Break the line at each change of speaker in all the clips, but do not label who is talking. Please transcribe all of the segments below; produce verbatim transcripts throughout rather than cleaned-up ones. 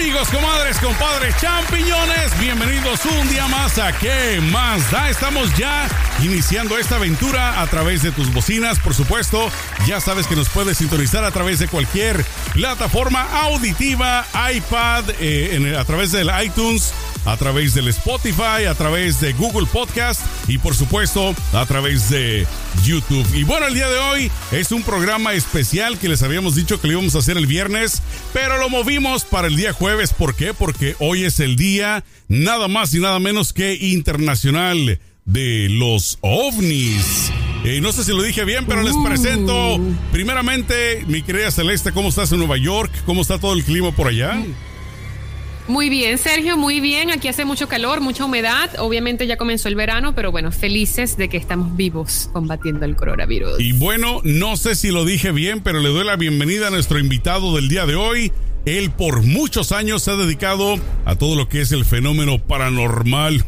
Amigos, comadres, compadres, champiñones, bienvenidos un día más a ¿Qué más da? Estamos ya iniciando esta aventura a través de tus bocinas, por supuesto. Ya sabes que nos puedes sintonizar a través de cualquier plataforma auditiva, iPad, eh, en el, a través del iTunes, a través del Spotify, a través de Google Podcast y por supuesto a través de YouTube. Y bueno, el día de hoy es un programa especial que les habíamos dicho que lo íbamos a hacer el viernes, pero lo movimos para el día jueves. ¿Por qué? Porque hoy es el día nada más y nada menos que internacional de los ovnis. Eh, no sé si lo dije bien, pero les presento primeramente, mi querida Celeste, ¿cómo estás en Nueva York? ¿Cómo está todo el clima por allá?
Muy bien, Sergio, muy bien. Aquí hace mucho calor, mucha humedad. Obviamente ya comenzó el verano, pero bueno, felices de que estamos vivos combatiendo el coronavirus.
Y bueno, no sé si lo dije bien, pero le doy la bienvenida a nuestro invitado del día de hoy. Él por muchos años se ha dedicado a todo lo que es el fenómeno paranormal,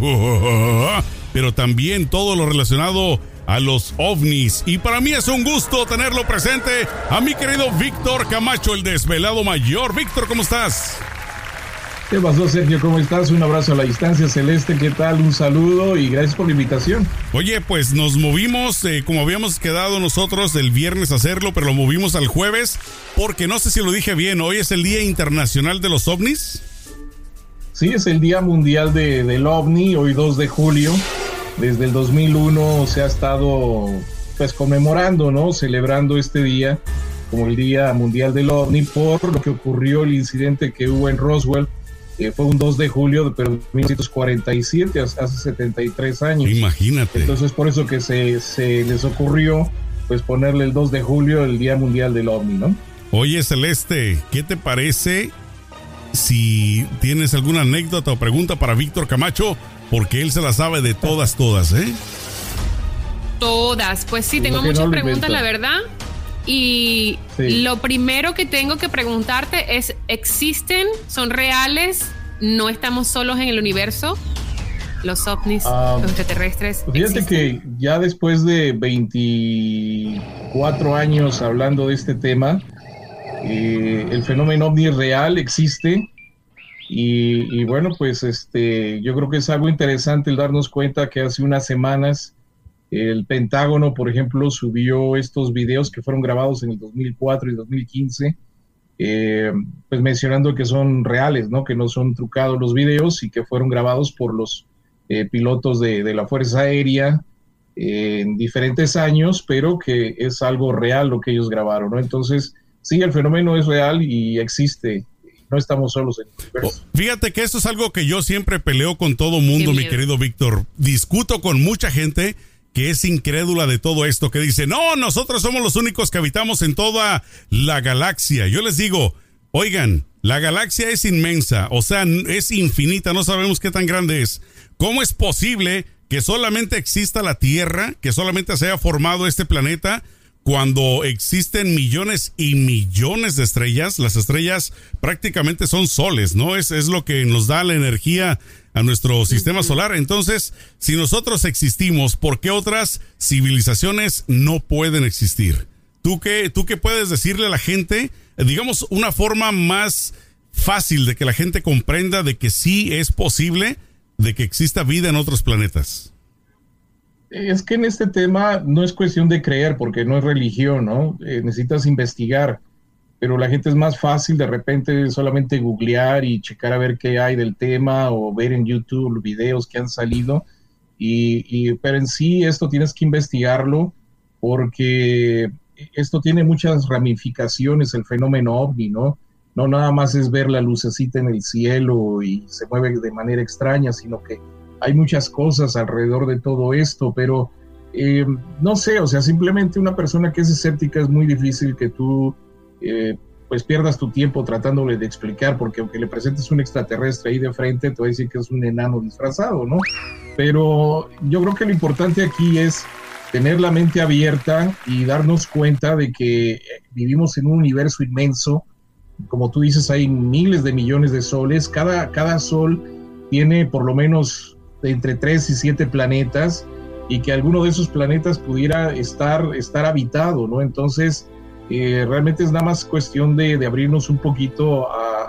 pero también todo lo relacionado a los ovnis. Y para mí es un gusto tenerlo presente a mi querido Víctor Camacho, el desvelado mayor. Víctor, ¿cómo estás?
¿Qué pasó, Sergio? ¿Cómo estás? Un abrazo a la distancia. Celeste, ¿qué tal? Un saludo y gracias por la invitación.
Oye, pues nos movimos, eh, como habíamos quedado nosotros el viernes a hacerlo, pero lo movimos al jueves, porque no sé si lo dije bien, hoy es el Día Internacional de los OVNIs.
Sí, es el Día Mundial de, del OVNI, hoy dos de julio. Desde el dos mil uno se ha estado pues conmemorando, ¿no? Celebrando este día como el Día Mundial del OVNI por lo que ocurrió, el incidente que hubo en Roswell. Eh, fue un dos de julio de mil novecientos cuarenta y siete, hace setenta y tres años.
Imagínate.
Entonces por eso que se, se les ocurrió pues ponerle el dos de julio el Día Mundial del OVNI, ¿no?
Oye, Celeste, ¿qué te parece si tienes alguna anécdota o pregunta para Víctor Camacho? Porque él se la sabe de todas, todas, ¿eh?
Todas, pues sí, tengo muchas
no
preguntas, la verdad. Y sí, lo primero que tengo que preguntarte es, ¿existen? ¿Son reales? ¿No estamos solos en el universo? ¿Los ovnis, um, los extraterrestres?
Fíjate
existen?
Que ya después de veinticuatro años hablando de este tema, eh, el fenómeno ovni es real, existe. Y, y bueno, pues este, yo creo que es algo interesante el darnos cuenta que hace unas semanas el Pentágono, por ejemplo, subió estos videos que fueron grabados en el dos mil cuatro y dos mil quince, eh, pues mencionando que son reales, ¿no? Que no son trucados los videos y que fueron grabados por los eh, pilotos de, de la Fuerza Aérea eh, en diferentes años, pero que es algo real lo que ellos grabaron, ¿no? Entonces, sí, el fenómeno es real y existe. No estamos solos en el universo.
Oh, fíjate que esto es algo que yo siempre peleo con todo mundo, mi querido Víctor. Discuto con mucha gente que es incrédula de todo esto, que dice, no, nosotros somos los únicos que habitamos en toda la galaxia. Yo les digo, oigan, la galaxia es inmensa, o sea, es infinita, no sabemos qué tan grande es. ¿Cómo es posible que solamente exista la Tierra, que solamente se haya formado este planeta, cuando existen millones y millones de estrellas? Las estrellas prácticamente son soles, ¿no? Es, es lo que nos da la energía a nuestro sistema solar. Entonces, si nosotros existimos, ¿por qué otras civilizaciones no pueden existir? ¿Tú qué, tú qué puedes decirle a la gente? Digamos, una forma más fácil de que la gente comprenda de que sí es posible de que exista vida en otros planetas.
Es que en este tema no es cuestión de creer, porque no es religión, ¿no? Eh, necesitas investigar, pero la gente es más fácil de repente solamente googlear y checar a ver qué hay del tema o ver en YouTube videos que han salido, y, y, pero en sí esto tienes que investigarlo porque esto tiene muchas ramificaciones, el fenómeno ovni, ¿no? No nada más es ver la lucecita en el cielo y se mueve de manera extraña, sino que hay muchas cosas alrededor de todo esto, pero eh, no sé, o sea, simplemente una persona que es escéptica es muy difícil que tú eh, pues pierdas tu tiempo tratándole de explicar, porque aunque le presentes un extraterrestre ahí de frente, te va a decir que es un enano disfrazado, ¿no? Pero yo creo que lo importante aquí es tener la mente abierta y darnos cuenta de que vivimos en un universo inmenso. Como tú dices, hay miles de millones de soles, cada, cada sol tiene por lo menos de entre tres y siete planetas, y que alguno de esos planetas pudiera estar, estar habitado, ¿no? Entonces, eh, realmente es nada más cuestión de, de abrirnos un poquito a, a,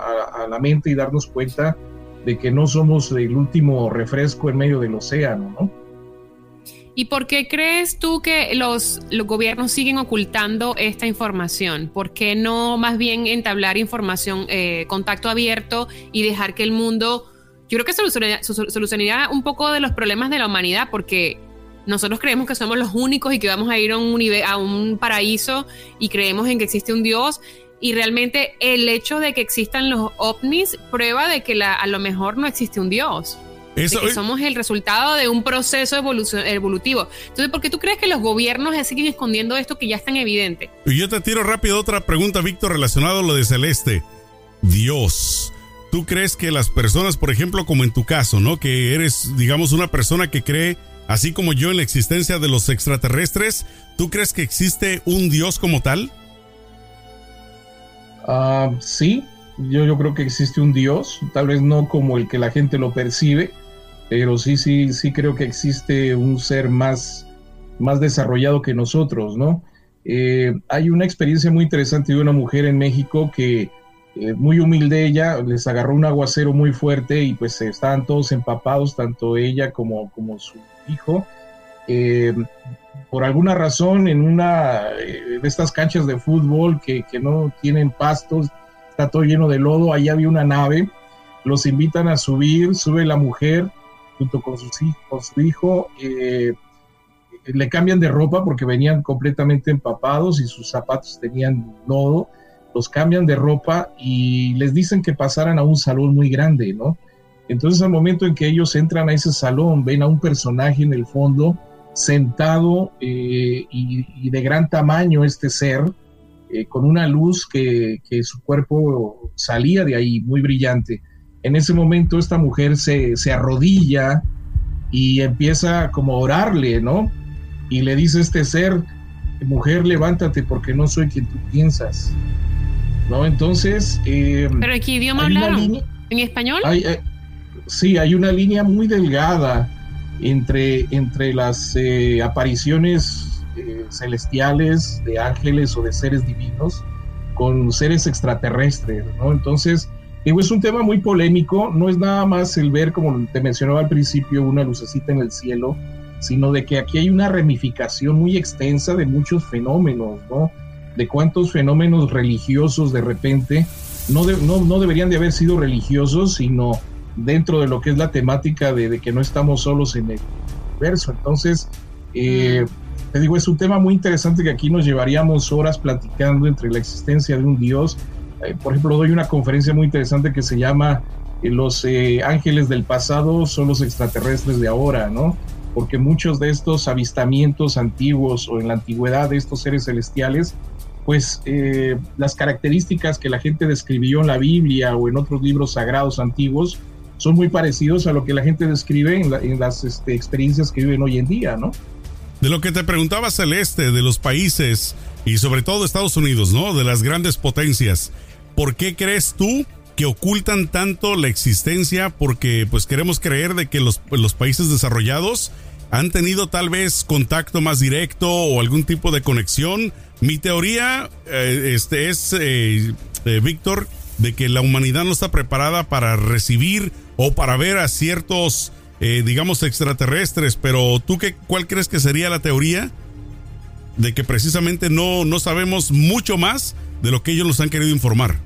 a la mente y darnos cuenta de que no somos el último refresco en medio del océano, ¿no?
¿Y por qué crees tú que los, los gobiernos siguen ocultando esta información? ¿Por qué no más bien entablar información, eh, contacto abierto y dejar que el mundo, yo creo que solucionaría, solucionaría un poco de los problemas de la humanidad, porque nosotros creemos que somos los únicos y que vamos a ir a un, a un paraíso y creemos en que existe un Dios, y realmente el hecho de que existan los ovnis prueba de que la, a lo mejor no existe un Dios. Eso, de que somos el resultado de un proceso evolutivo. Entonces, ¿por qué tú crees que los gobiernos siguen escondiendo esto que ya es tan evidente?
Y yo te tiro rápido otra pregunta, Víctor, relacionado a lo de Celeste. Dios, ¿tú crees que las personas, por ejemplo, como en tu caso, ¿no? Que eres, digamos, una persona que cree, así como yo, en la existencia de los extraterrestres, ¿tú crees que existe un Dios como tal?
Uh, sí, yo, yo creo que existe un Dios, tal vez no como el que la gente lo percibe, pero sí, sí, sí creo que existe un ser más, más desarrollado que nosotros, ¿no? Eh, hay una experiencia muy interesante de una mujer en México que, eh, muy humilde ella, les agarró un aguacero muy fuerte y pues estaban todos empapados, tanto ella como, como su hijo. Eh, por alguna razón, en una eh, de estas canchas de fútbol que, que no tienen pastos, está todo lleno de lodo, ahí había una nave, los invitan a subir, sube la mujer junto con, sus, con su hijo, eh, le cambian de ropa porque venían completamente empapados y sus zapatos tenían lodo, los cambian de ropa y les dicen que pasaran a un salón muy grande, ¿no? Entonces, al momento en que ellos entran a ese salón, ven a un personaje en el fondo, sentado eh, y, y de gran tamaño este ser, eh, con una luz que, que su cuerpo salía de ahí, muy brillante. En ese momento esta mujer se, se arrodilla y empieza como a orarle, ¿no? Y le dice a este ser, mujer, levántate porque no soy quien tú piensas, ¿no? Entonces... Eh,
¿Pero en qué idioma hablaron? Línea, ¿en español?
Hay, hay, sí, hay una línea muy delgada entre, entre las eh, apariciones eh, celestiales de ángeles o de seres divinos con seres extraterrestres, ¿no? Entonces... Digo, es un tema muy polémico, no es nada más el ver, como te mencionaba al principio, una lucecita en el cielo, sino de que aquí hay una ramificación muy extensa de muchos fenómenos, ¿no? De cuántos fenómenos religiosos de repente no, de, no, no deberían de haber sido religiosos, sino dentro de lo que es la temática de, de que no estamos solos en el universo. Entonces, eh, te digo, es un tema muy interesante que aquí nos llevaríamos horas platicando entre la existencia de un Dios. Por ejemplo, doy una conferencia muy interesante que se llama eh, Los eh, ángeles del pasado son los extraterrestres de ahora, ¿no? Porque muchos de estos avistamientos antiguos o en la antigüedad de estos seres celestiales, pues eh, las características que la gente describió en la Biblia o en otros libros sagrados antiguos son muy parecidos a lo que la gente describe en, la, en las este, experiencias que viven hoy en día, ¿no?
De lo que te preguntaba, Celeste, de los países y sobre todo Estados Unidos, ¿no? De las grandes potencias. ¿Por qué crees tú que ocultan tanto la existencia? Porque pues queremos creer de que los, los países desarrollados han tenido tal vez contacto más directo o algún tipo de conexión. Mi teoría eh, este es, eh, eh, Víctor, de que la humanidad no está preparada para recibir o para ver a ciertos, eh, digamos, extraterrestres. Pero ¿tú qué, cuál crees que sería la teoría? De que precisamente no, no sabemos mucho más de lo que ellos nos han querido informar.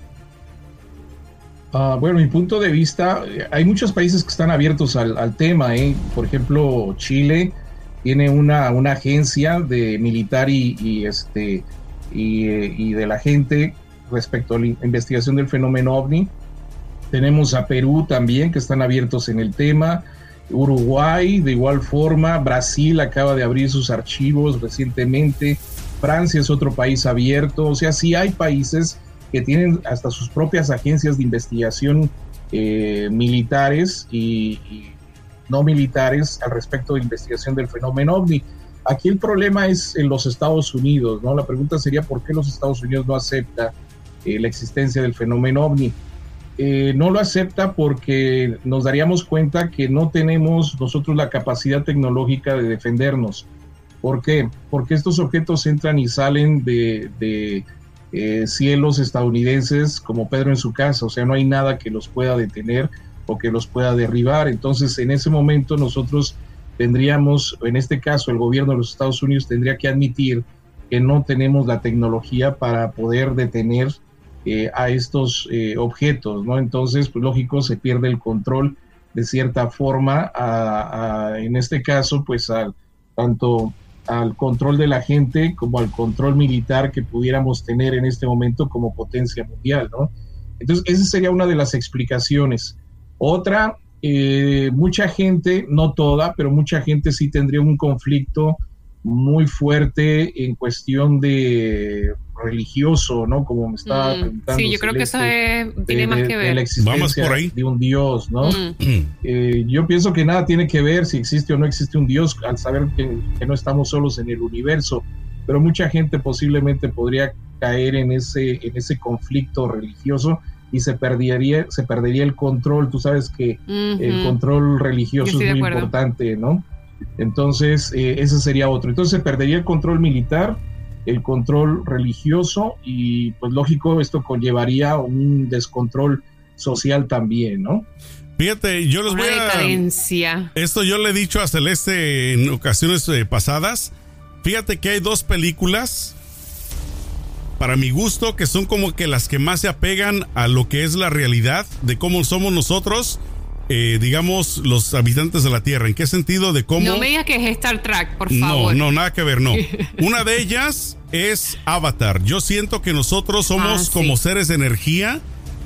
Uh, bueno, mi punto de vista, hay muchos países que están abiertos al, al tema, ¿eh? Por ejemplo, Chile tiene una, una agencia de militar y, y, este, y, y de la gente respecto a la investigación del fenómeno ovni. Tenemos a Perú también, que están abiertos en el tema. Uruguay, de igual forma. Brasil acaba de abrir sus archivos recientemente. Francia es otro país abierto. O sea, sí hay países que tienen hasta sus propias agencias de investigación eh, militares y, y no militares al respecto de investigación del fenómeno ovni. Aquí el problema es en los Estados Unidos, ¿no? La pregunta sería ¿por qué los Estados Unidos no acepta eh, la existencia del fenómeno ovni? Eh, no lo acepta porque nos daríamos cuenta que no tenemos nosotros la capacidad tecnológica de defendernos. ¿Por qué? Porque estos objetos entran y salen de, de eh, cielos estadounidenses como Pedro en su casa, o sea, no hay nada que los pueda detener o que los pueda derribar. Entonces, en ese momento nosotros tendríamos, en este caso el gobierno de los Estados Unidos tendría que admitir que no tenemos la tecnología para poder detener eh, a estos eh, objetos, ¿no? Entonces, pues lógico, se pierde el control de cierta forma, a, a, en este caso, pues al, tanto al control de la gente como al control militar que pudiéramos tener en este momento como potencia mundial, ¿no? Entonces, esa sería una de las explicaciones. Otra, eh, mucha gente, no toda, pero mucha gente sí tendría un conflicto muy fuerte en cuestión de religioso, ¿no? Como me estaba
mm,
preguntando.
Sí, yo creo
Celeste,
que eso es, tiene
de,
más
de,
que ver.
de la existencia
Vamos por ahí.
de un Dios, ¿no?
Mm.
Eh, yo pienso que nada tiene que ver si existe o no existe un Dios, al saber que, que no estamos solos en el universo, pero mucha gente posiblemente podría caer en ese, en ese conflicto religioso y se perdería, se perdería el control. Tú sabes que
Uh-huh.
el control religioso es muy importante, ¿no? Entonces, eh, ese sería otro. Entonces se perdería el control militar, el control religioso y, pues lógico, esto conllevaría un descontrol social también, ¿no?
Fíjate, yo les
Una
voy a...
decadencia.
Esto yo le he dicho a Celeste en ocasiones eh, pasadas. Fíjate que hay dos películas, para mi gusto, que son como que las que más se apegan a lo que es la realidad de cómo somos nosotros, eh, digamos, los habitantes de la Tierra. ¿En qué sentido? De cómo...
No me digas que es Star Trek, por
No,
favor.
no, nada que ver, no. Una de ellas es Avatar. Yo siento que nosotros somos
Ah, sí.
como seres de energía,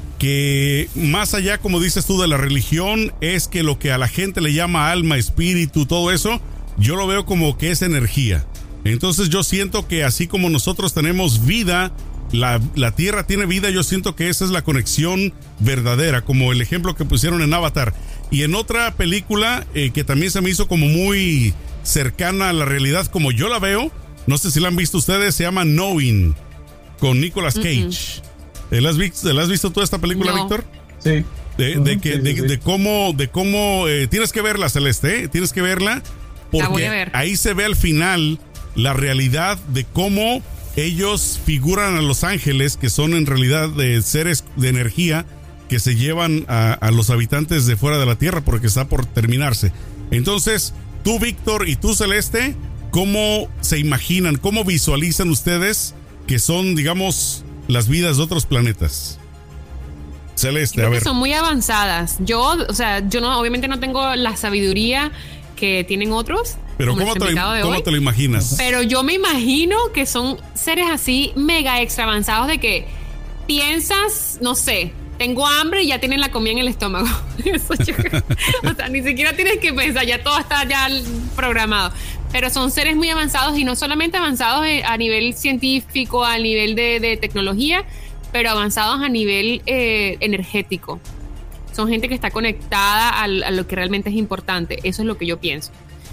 que más allá, como dices tú, de la religión, es que lo que a la gente le llama alma, espíritu, todo eso, yo lo veo como que es energía. Entonces yo siento que así como nosotros tenemos vida, la, la Tierra tiene vida, yo siento que esa es la conexión verdadera, como el ejemplo que pusieron en Avatar. Y en otra película eh, que también se me hizo como muy cercana a la realidad, como yo la veo, no sé si la han visto ustedes, se llama Knowing, con Nicolas Cage. Uh-uh. ¿La has visto, ¿la has visto tú esta película,
no.
Víctor?
Sí.
De, de, que, de, de cómo, de cómo eh, tienes que verla, Celeste, ¿eh? Tienes que verla, porque
La voy a ver.
Ahí se ve al final la realidad de cómo ellos figuran a los ángeles, que son en realidad de seres de energía que se llevan a, a los habitantes de fuera de la Tierra, porque está por terminarse. Entonces, tú, Víctor, y tú, Celeste, ¿cómo se imaginan, cómo visualizan ustedes que son, digamos, las vidas de otros planetas? Celeste,
Creo
a ver.
que son muy avanzadas. Yo, o sea, yo no, obviamente no tengo la sabiduría que tienen otros.
Pero ¿cómo te, lo, ¿cómo te lo imaginas?
Pero yo me imagino que son seres así mega extra avanzados, de que piensas, no sé, tengo hambre y ya tienen la comida en el estómago. Eso yo, o sea, ni siquiera tienes que pensar, ya todo está ya programado. Pero son seres muy avanzados, y no solamente avanzados a nivel científico, a nivel de, de tecnología, pero avanzados a nivel eh, energético. Son gente que está conectada a, a lo que realmente es importante. Eso es lo que yo pienso.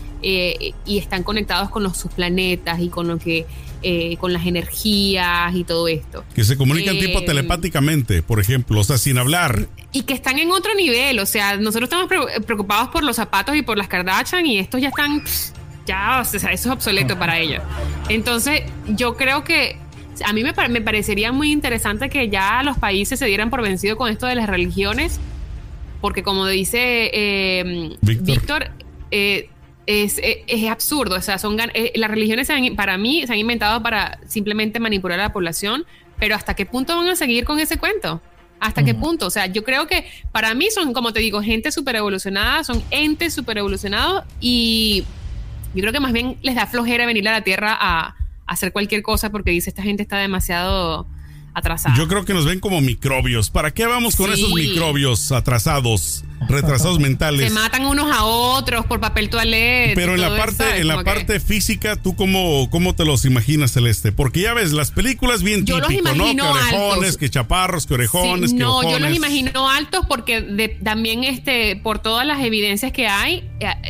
Eh, y están conectados con los, sus planetas y con lo que eh, con las energías y todo esto.
Que se comunican
eh,
tipo telepáticamente, por ejemplo, o sea, sin hablar.
Y que están en otro nivel. O sea, nosotros estamos pre- preocupados por los zapatos y por las Kardashian, y estos ya están, pff, ya, o sea, eso es obsoleto para ellos. Entonces, yo creo que a mí me, me parecería muy interesante que ya los países se dieran por vencido con esto de las religiones, porque como dice eh, Víctor, Víctor eh, es, es, es absurdo. O sea, son eh, las religiones se han, para mí se han inventado para simplemente manipular a la población, pero ¿hasta qué punto van a seguir con ese cuento? ¿Hasta uh-huh. qué punto? O sea, yo creo que para mí son, como te digo, gente súper evolucionada, son entes súper evolucionados, y yo creo que más bien les da flojera venir a la Tierra a, a hacer cualquier cosa, porque dice, esta gente está demasiado atrasada.
Yo creo que nos ven como microbios. ¿Para qué vamos con sí. esos microbios atrasados, retrasados mentales?
Se matan unos a otros por papel toalete.
Pero en la parte, eso, en la parte que... física, ¿tú cómo, cómo te los imaginas, Celeste? Porque ya ves, las películas bien
yo
típico, ¿no? Que orejones,
altos.
que chaparros, que orejones,
sí,
que
no,
ojones.
yo los imagino altos porque de, también este, por todas las evidencias que hay,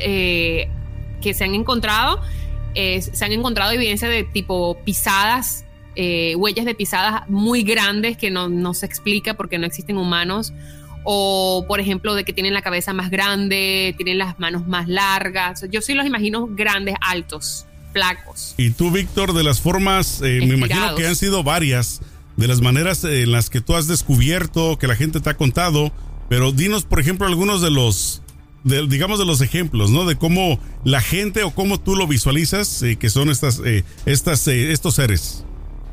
eh, que se han encontrado, eh, se han encontrado evidencias de tipo pisadas, Eh, huellas de pisadas muy grandes que no, no se explica porque no existen humanos, o por ejemplo de que tienen la cabeza más grande, tienen las manos más largas. Yo sí los imagino grandes, altos, flacos.
Y tú, Víctor, de las formas, eh, me imagino que han sido varias, de las maneras en las que tú has descubierto, que la gente te ha contado, pero dinos, por ejemplo, algunos de los, de, digamos, de los ejemplos, ¿no? De cómo la gente o cómo tú lo visualizas, eh, que son estas, eh, estas, eh, estos seres.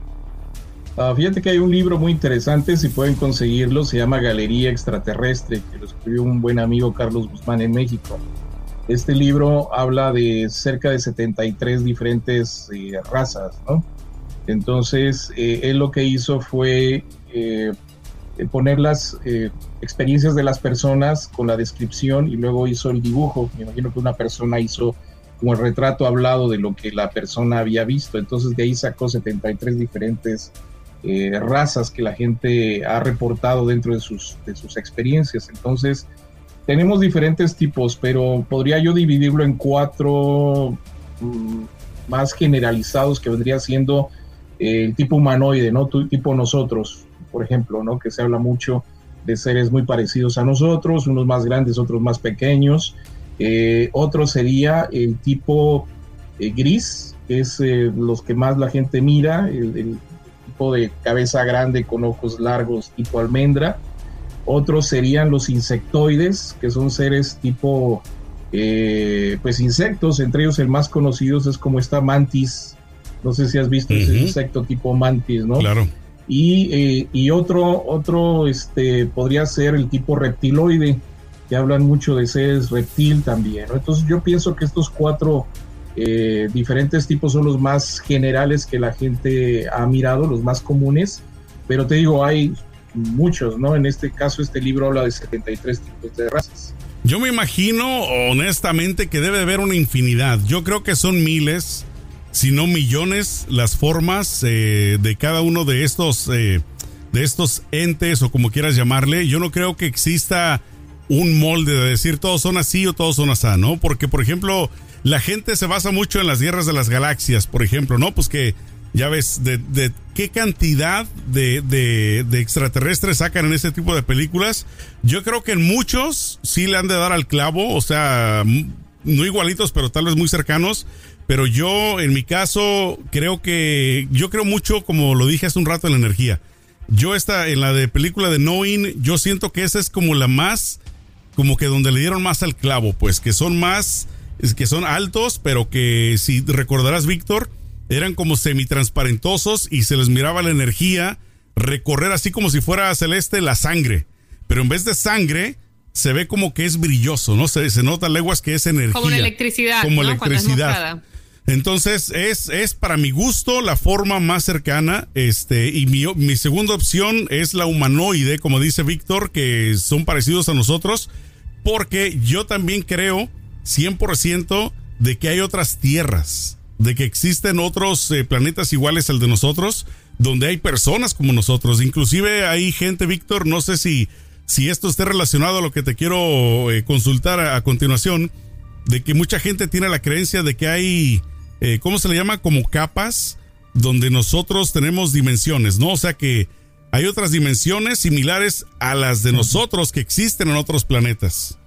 Uh, fíjate que hay un libro muy interesante, si pueden conseguirlo, se llama Galería Extraterrestre, que lo escribió un buen amigo Carlos Guzmán en México. Este libro habla de cerca de setenta y tres diferentes eh, razas, ¿no? Entonces, eh, él lo que hizo fue eh, poner las eh, experiencias de las personas con la descripción y luego hizo el dibujo. Me imagino que una persona hizo como el retrato hablado de lo que la persona había visto. Entonces, de ahí sacó setenta y tres diferentes Eh, razas que la gente ha reportado dentro de sus, de sus experiencias. Entonces tenemos diferentes tipos, pero podría yo dividirlo en cuatro mm, más generalizados, que vendría siendo eh, el tipo humanoide, ¿no? Tipo nosotros, por ejemplo, ¿no? Que se habla mucho de seres muy parecidos a nosotros, unos más grandes, otros más pequeños. Eh, otro sería el tipo eh, gris, que es eh, los que más la gente mira, el, el de cabeza grande con ojos largos tipo almendra. Otros serían los insectoides, que son seres tipo eh, pues insectos, entre ellos el más conocido es como esta mantis, no sé si has visto uh-huh. ese insecto tipo mantis, ¿no?
Claro.
Y, eh, y otro, otro este, podría ser el tipo reptiloide, que hablan mucho de seres reptil también, ¿no? Entonces yo pienso que estos cuatro Eh, diferentes tipos son los más generales que la gente ha mirado, los más comunes, pero te digo, hay muchos, ¿no? En este caso, este libro habla de setenta y tres tipos de razas.
Yo me imagino, honestamente, que debe haber una infinidad. Yo creo que son miles, si no millones, las formas eh, de cada uno de estos, eh, de estos entes, o como quieras llamarle. Yo no creo que exista un molde de decir todos son así o todos son así, ¿no? Porque, por ejemplo, la gente se basa mucho en las guerras de las galaxias, por ejemplo, ¿no? Pues que, ya ves, de, de qué cantidad de, de, de extraterrestres sacan en ese tipo de películas. Yo creo que en muchos sí le han de dar al clavo, o sea, no igualitos, pero tal vez muy cercanos. Pero yo, en mi caso, creo que, yo creo mucho, como lo dije hace un rato, en la energía. Yo esta, en la de película de Knowing, yo siento que esa es como la más, como que donde le dieron más al clavo, pues, que son más... Es que son altos, pero que si recordarás, Víctor, eran como semitransparentosos y se les miraba la energía recorrer así como si fuera celeste la sangre. Pero en vez de sangre, se ve como que es brilloso, ¿no? Se, se nota a leguas que es energía.
Como la electricidad,
Como
¿no?
electricidad. Entonces, es, es para mi gusto la forma más cercana. Este, y mi, mi segunda opción es la humanoide, como dice Víctor, que son parecidos a nosotros, porque yo también creo cien por ciento de que hay otras tierras, de que existen otros eh, planetas iguales al de nosotros, donde hay personas como nosotros. Inclusive hay gente, Víctor, no sé si, si esto esté relacionado a lo que te quiero eh, consultar a, a continuación, de que mucha gente tiene la creencia de que hay, eh, ¿cómo se le llama? Como capas, donde nosotros tenemos dimensiones, ¿no? O sea que hay otras dimensiones similares a las de nosotros que existen en otros planetas.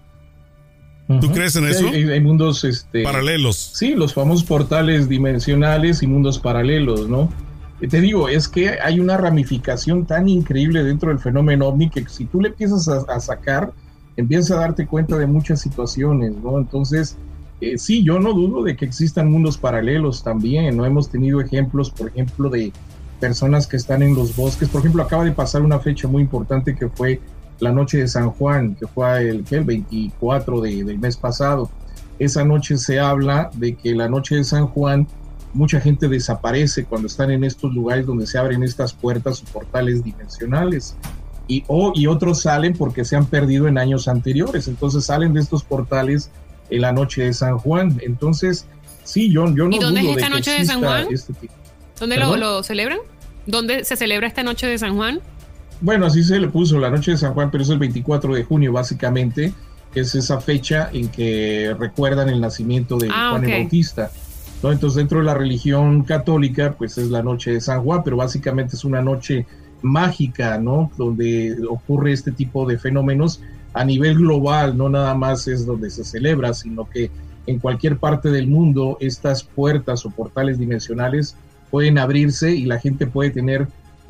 ¿Tú uh-huh. crees en eso?
Sí, hay, hay mundos este,
paralelos.
Sí, los famosos portales dimensionales y mundos paralelos, ¿no? Y te digo, es que hay una ramificación tan increíble dentro del fenómeno ovni que si tú le empiezas a, a sacar, empiezas a darte cuenta de muchas situaciones, ¿no? Entonces, eh, sí, yo no dudo de que existan mundos paralelos también, ¿no? Hemos tenido ejemplos, por ejemplo, de personas que están en los bosques. Por ejemplo, acaba de pasar una fecha muy importante que fue la noche de San Juan, que fue el, ¿qué? el veinticuatro de, del mes pasado. Esa noche se habla de que la noche de San Juan mucha gente desaparece cuando están en estos lugares donde se abren estas puertas o portales dimensionales, y, oh, y otros salen porque se han perdido en años anteriores, entonces salen de estos portales en la noche de San Juan. Entonces sí, yo, yo no
¿Y dónde
dudo
es esta
de que
noche de San Juan?
Este tipo.
¿Dónde lo, lo celebran? ¿Dónde se celebra esta noche de San Juan?
Bueno, así se le puso la noche de San Juan, pero es el veinticuatro de junio básicamente, que es esa fecha en que recuerdan el nacimiento de ah, Juan okay. el Bautista, ¿no? Entonces dentro de la religión católica pues es la noche de San Juan, pero básicamente es una noche mágica, ¿no? Donde ocurre este tipo de fenómenos a nivel global, no nada más es donde se celebra, sino que en cualquier parte del mundo estas puertas o portales dimensionales pueden abrirse y la gente puede tener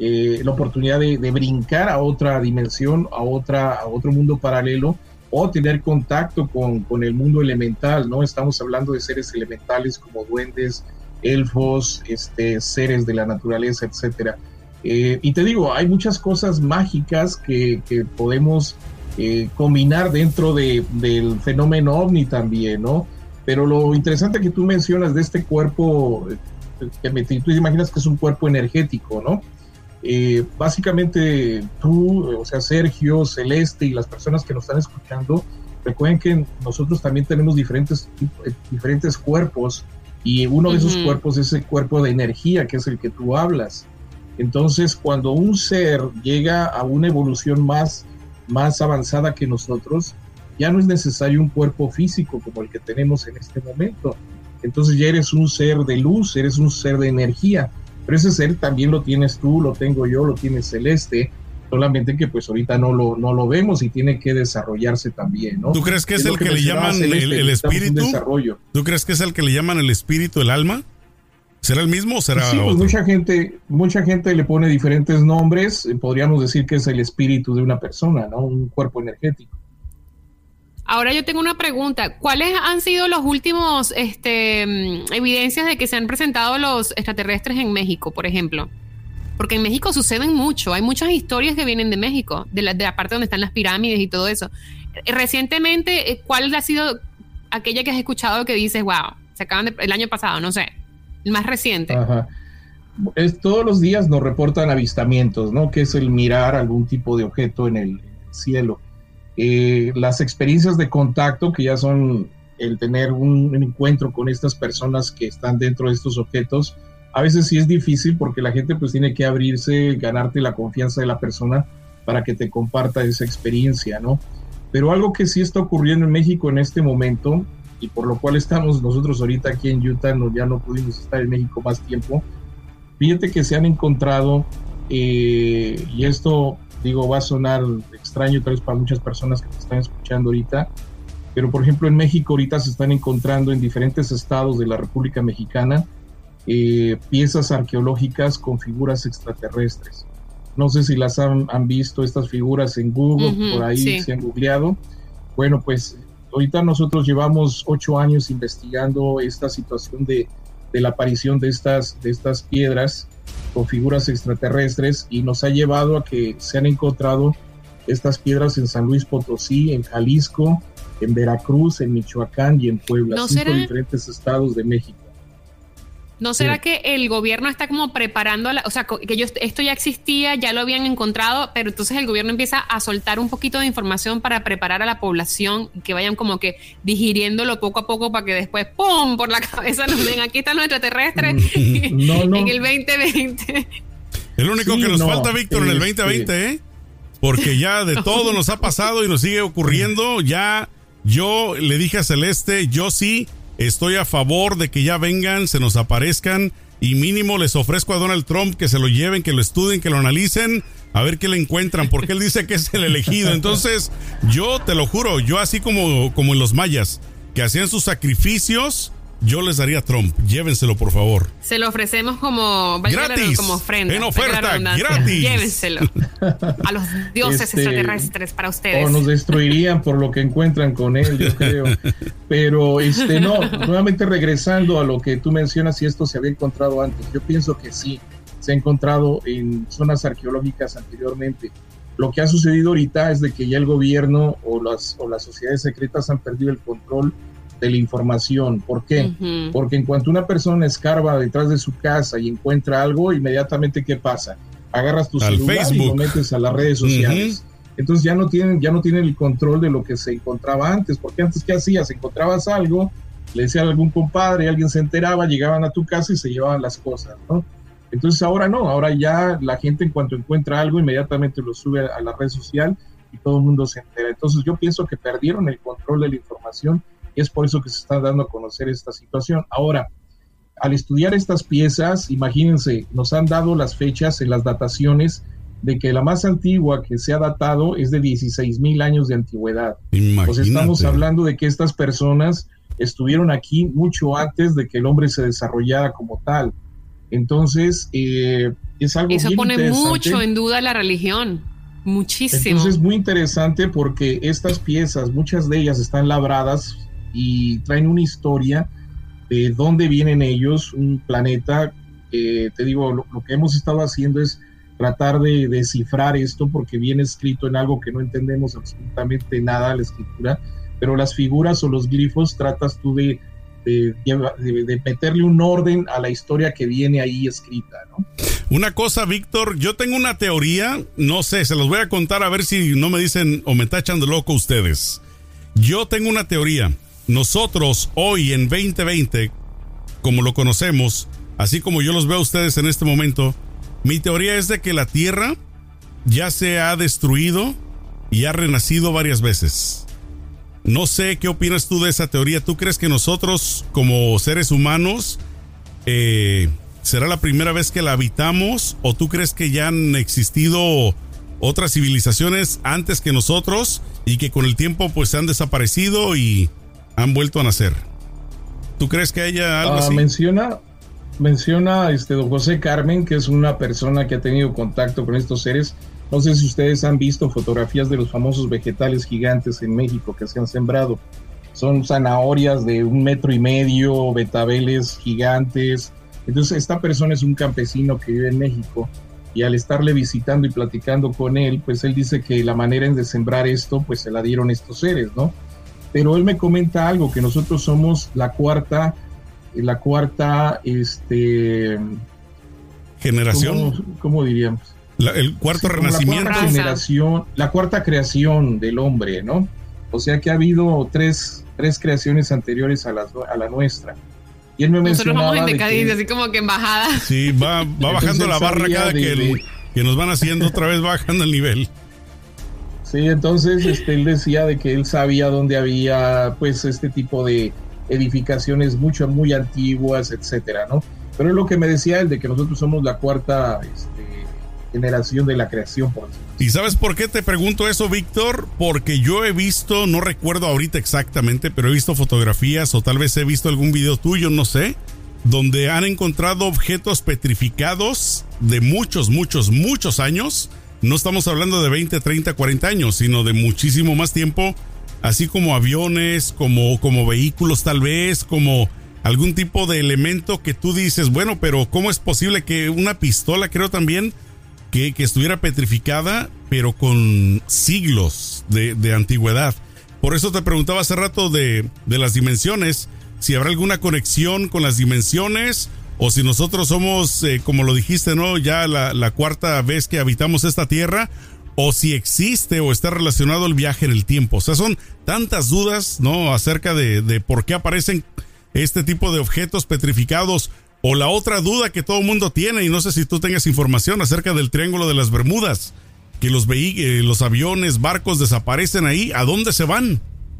eh, la oportunidad de, de brincar a otra dimensión, a, otra, a otro mundo paralelo, o tener contacto con, con el mundo elemental, ¿no? Estamos hablando de seres elementales como duendes, elfos, este, seres de la naturaleza, etcétera. Eh, y te digo, hay muchas cosas mágicas que, que podemos eh, combinar dentro de, del fenómeno ovni también, ¿no? Pero lo interesante que tú mencionas de este cuerpo, que me, tú te imaginas que es un cuerpo energético, ¿no? Eh, básicamente tú, o sea, Sergio, Celeste y las personas que nos están escuchando, recuerden que nosotros también tenemos diferentes, diferentes cuerpos, y uno de uh-huh. esos cuerpos es el cuerpo de energía, que es el que tú hablas. Entonces, cuando un ser llega a una evolución más, más avanzada que nosotros, ya no es necesario un cuerpo físico como el que tenemos en este momento. Entonces ya eres un ser de luz, eres un ser de energía. Pero ese ser también lo tienes tú, lo tengo yo, lo tiene Celeste, solamente que pues ahorita no lo, no lo vemos y tiene que desarrollarse también, ¿no?
¿Tú crees que es, es el que, que le llaman Celeste, el, el espíritu? ¿Tú crees que es el que le llaman el espíritu, el alma? ¿Será el mismo o será
sí,
otro?
Pues mucha gente, mucha gente le pone diferentes nombres, podríamos decir que es el espíritu de una persona, ¿no? Un cuerpo energético.
Ahora yo tengo una pregunta. ¿Cuáles han sido los últimos este, evidencias de que se han presentado los extraterrestres en México, por ejemplo? Porque en México suceden mucho. Hay muchas historias que vienen de México, de la, de la parte donde están las pirámides y todo eso. Recientemente, ¿cuál ha sido aquella que has escuchado que dices, wow, se acaban de, el año pasado, no sé, el más reciente?
Ajá. Es, todos los días nos reportan avistamientos, ¿no? Que es el mirar algún tipo de objeto en el, en el cielo. Eh, las experiencias de contacto, que ya son el tener un, un encuentro con estas personas que están dentro de estos objetos, a veces sí es difícil porque la gente pues tiene que abrirse, ganarte la confianza de la persona para que te comparta esa experiencia, ¿no? Pero algo que sí está ocurriendo en México en este momento, y por lo cual estamos nosotros ahorita aquí en Utah, no, ya no pudimos estar en México más tiempo, fíjate que se han encontrado, eh, y esto digo va a sonar extraño tal vez para muchas personas que te están escuchando ahorita, pero por ejemplo en México ahorita se están encontrando en diferentes estados de la República Mexicana eh, piezas arqueológicas con figuras extraterrestres. No sé si las han, han visto estas figuras en Google, uh-huh, por ahí sí. Se han googleado. Bueno, pues ahorita nosotros llevamos ocho años investigando esta situación de, de la aparición de estas, de estas piedras con figuras extraterrestres, y nos ha llevado a que se han encontrado estas piedras en San Luis Potosí, en Jalisco, en Veracruz, en Michoacán y en Puebla,
¿No
cinco
será?
diferentes estados de México.
¿No será
Sí.
que el gobierno está como preparando, a la, o sea, que ellos, esto ya existía, ya lo habían encontrado, pero entonces el gobierno empieza a soltar un poquito de información para preparar a la población y que vayan como que digiriéndolo poco a poco para que después, ¡pum!, por la cabeza nos den, aquí están los extraterrestres
no, no.
en el veinte veinte.
El único
Sí,
que nos
no,
falta, Víctor, en el veinte veinte, ¿eh? Porque ya de todo nos ha pasado y nos sigue ocurriendo. Ya yo le dije a Celeste, yo sí estoy a favor de que ya vengan, se nos aparezcan, y mínimo les ofrezco a Donald Trump que se lo lleven, que lo estudien, que lo analicen, a ver qué le encuentran, porque él dice que es el elegido. Entonces, yo te lo juro, yo así como, como en los mayas, que hacían sus sacrificios, yo les daría a Trump. Llévenselo, por favor.
Se lo ofrecemos como
gratis,
como ofrenda.
en oferta, gratis.
Llévenselo a los dioses
Este,
extraterrestres para ustedes.
O nos destruirían por lo que encuentran con él, yo creo. Pero este no, nuevamente regresando a lo que tú mencionas, si esto se había encontrado antes, yo pienso que sí, se ha encontrado en zonas arqueológicas anteriormente. Lo que ha sucedido ahorita es de que ya el gobierno o las, o las sociedades secretas han perdido el control de la información. ¿Por qué? Uh-huh. Porque en cuanto una persona escarba detrás de su casa y encuentra algo, inmediatamente ¿qué pasa? Agarras tu
Al
celular
Facebook.
y lo metes a las redes sociales. Uh-huh. Entonces ya no tienen, ya no tienen el control de lo que se encontraba antes, porque antes ¿qué hacías? Encontrabas algo, le decía a algún compadre, alguien se enteraba, llegaban a tu casa y se llevaban las cosas, ¿no? Entonces ahora no, ahora ya la gente en cuanto encuentra algo, inmediatamente lo sube a la red social y todo el mundo se entera. Entonces yo pienso que perdieron el control de la información, y es por eso que se está dando a conocer esta situación. Ahora, al estudiar estas piezas, imagínense, nos han dado las fechas en las dataciones de que la más antigua que se ha datado es de dieciséis mil años de antigüedad.
Imagínate.
Pues estamos hablando de que estas personas estuvieron aquí mucho antes de que el hombre se desarrollara como tal. Entonces, eh, es algo
Eso
bien
pone
interesante.
mucho en duda la religión, muchísimo.
Entonces es muy interesante porque estas piezas, muchas de ellas están labradas y traen una historia de dónde vienen ellos, un planeta. Eh, te digo, lo, lo que hemos estado haciendo es tratar de descifrar esto porque viene escrito en algo que no entendemos absolutamente nada, la escritura, pero las figuras o los glifos tratas tú de, de, de, de meterle un orden a la historia que viene ahí escrita, ¿no?
Una cosa, Víctor, yo tengo una teoría, no sé, se los voy a contar a ver si no me dicen o me tachan de loco ustedes. Yo tengo una teoría. Nosotros hoy en veinte veinte, como lo conocemos, así como yo los veo a ustedes en este momento, mi teoría es de que la Tierra ya se ha destruido y ha renacido varias veces. No sé qué opinas tú de esa teoría. ¿Tú crees que nosotros como seres humanos eh, será la primera vez que la habitamos? ¿O tú crees que ya han existido otras civilizaciones antes que nosotros y que con el tiempo pues se han desaparecido y han vuelto a nacer? ¿Tú crees que haya algo uh, así?
Menciona... Menciona este don José Carmen, que es una persona que ha tenido contacto con estos seres. No sé si ustedes han visto fotografías de los famosos vegetales gigantes en México que se han sembrado. Son zanahorias de un metro y medio, betabeles gigantes. Entonces esta persona es un campesino que vive en México y al estarle visitando y platicando con él, pues él dice que la manera en de sembrar esto, pues se la dieron estos seres, ¿no? Pero él me comenta algo, que nosotros somos la cuarta... la cuarta este
generación,
¿cómo, cómo diríamos?
La, el cuarto sí, renacimiento,
la cuarta generación, la cuarta creación del hombre, ¿no? O sea que ha habido tres, tres creaciones anteriores a la, a la nuestra. Y él me
Nosotros
mencionaba
vamos en decadencia,
que,
así como que en bajada.
Sí, va, va bajando la barra cada de, que, el, de, que nos van haciendo otra vez bajando el nivel.
Sí, entonces este, él decía de que él sabía dónde había pues este tipo de edificaciones mucho, muy antiguas, etcétera, ¿no? Pero es lo que me decía él, de que nosotros somos la cuarta este, generación de la creación, por decirlo.
¿Y sabes por qué te pregunto eso, Víctor? Porque yo he visto, no recuerdo ahorita exactamente, pero he visto fotografías o tal vez he visto algún video tuyo, no sé, donde han encontrado objetos petrificados de muchos, muchos, muchos años. No estamos hablando de veinte, treinta, cuarenta años, sino de muchísimo más tiempo, así como aviones, como, como vehículos tal vez, como algún tipo de elemento que tú dices, bueno, pero ¿cómo es posible que una pistola, creo también, que, que estuviera petrificada, pero con siglos de, de antigüedad? Por eso te preguntaba hace rato de, de las dimensiones, si habrá alguna conexión con las dimensiones, o si nosotros somos, eh, como lo dijiste, ¿no? Ya la, la cuarta vez que habitamos esta tierra, o si existe o está relacionado el viaje en el tiempo. O sea, son tantas dudas, ¿no? Acerca de, de por qué aparecen este tipo de objetos petrificados. O la otra duda que todo el mundo tiene, y no sé si tú tengas información acerca del Triángulo de las Bermudas, que los, veí- los aviones, barcos desaparecen ahí. ¿A dónde se van?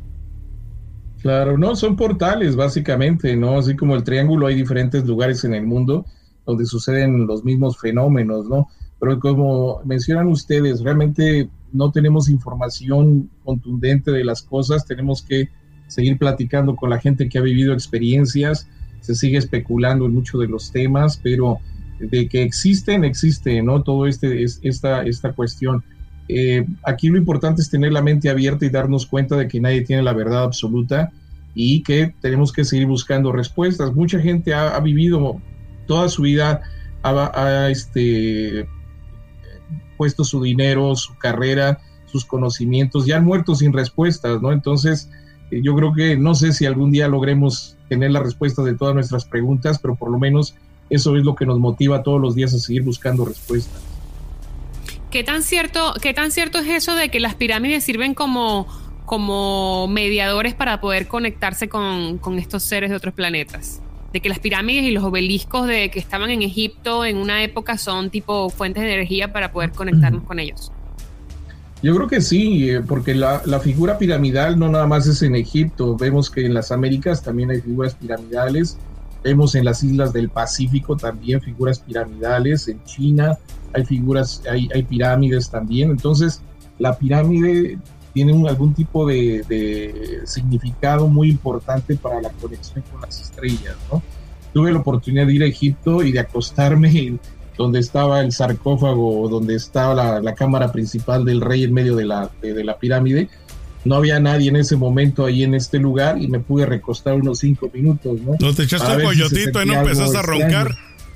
Claro, no, son portales básicamente, ¿no? Así como el Triángulo, hay diferentes lugares en el mundo donde suceden los mismos fenómenos, ¿no? Pero como mencionan ustedes, realmente no tenemos información contundente de las cosas, tenemos que seguir platicando con la gente que ha vivido experiencias, se sigue especulando en muchos de los temas, pero de que existen, existe, ¿no? Todo este, es, esta, esta cuestión. Eh, aquí lo importante es tener la mente abierta y darnos cuenta de que nadie tiene la verdad absoluta y que tenemos que seguir buscando respuestas. Mucha gente ha, ha vivido toda su vida, ha, ha este... puesto su dinero, su carrera, sus conocimientos, ya han muerto sin respuestas, ¿no? Entonces, eh, yo creo que no sé si algún día logremos tener las respuestas de todas nuestras preguntas, pero por lo menos eso es lo que nos motiva todos los días a seguir buscando respuestas.
¿Qué tan cierto, qué tan cierto es eso de que las pirámides sirven como, como mediadores para poder conectarse con, con estos seres de otros planetas? De que las pirámides y los obeliscos de que estaban en Egipto en una época son tipo fuentes de energía para poder conectarnos con ellos.
Yo creo que sí, porque la, la figura piramidal no nada más es en Egipto, vemos que en las Américas también hay figuras piramidales, vemos en las islas del Pacífico también figuras piramidales, en China hay figuras, hay, hay pirámides también, entonces la pirámide tiene un, algún tipo de, de significado muy importante para la conexión con las estrellas, ¿no? Tuve la oportunidad de ir a Egipto y de acostarme en donde estaba el sarcófago, donde estaba la, la cámara principal del rey en medio de la, de, de la pirámide. No había nadie en ese momento ahí en este lugar y me pude recostar unos cinco minutos, ¿no?
¿No te echaste un coyotito si y no empezaste a roncar?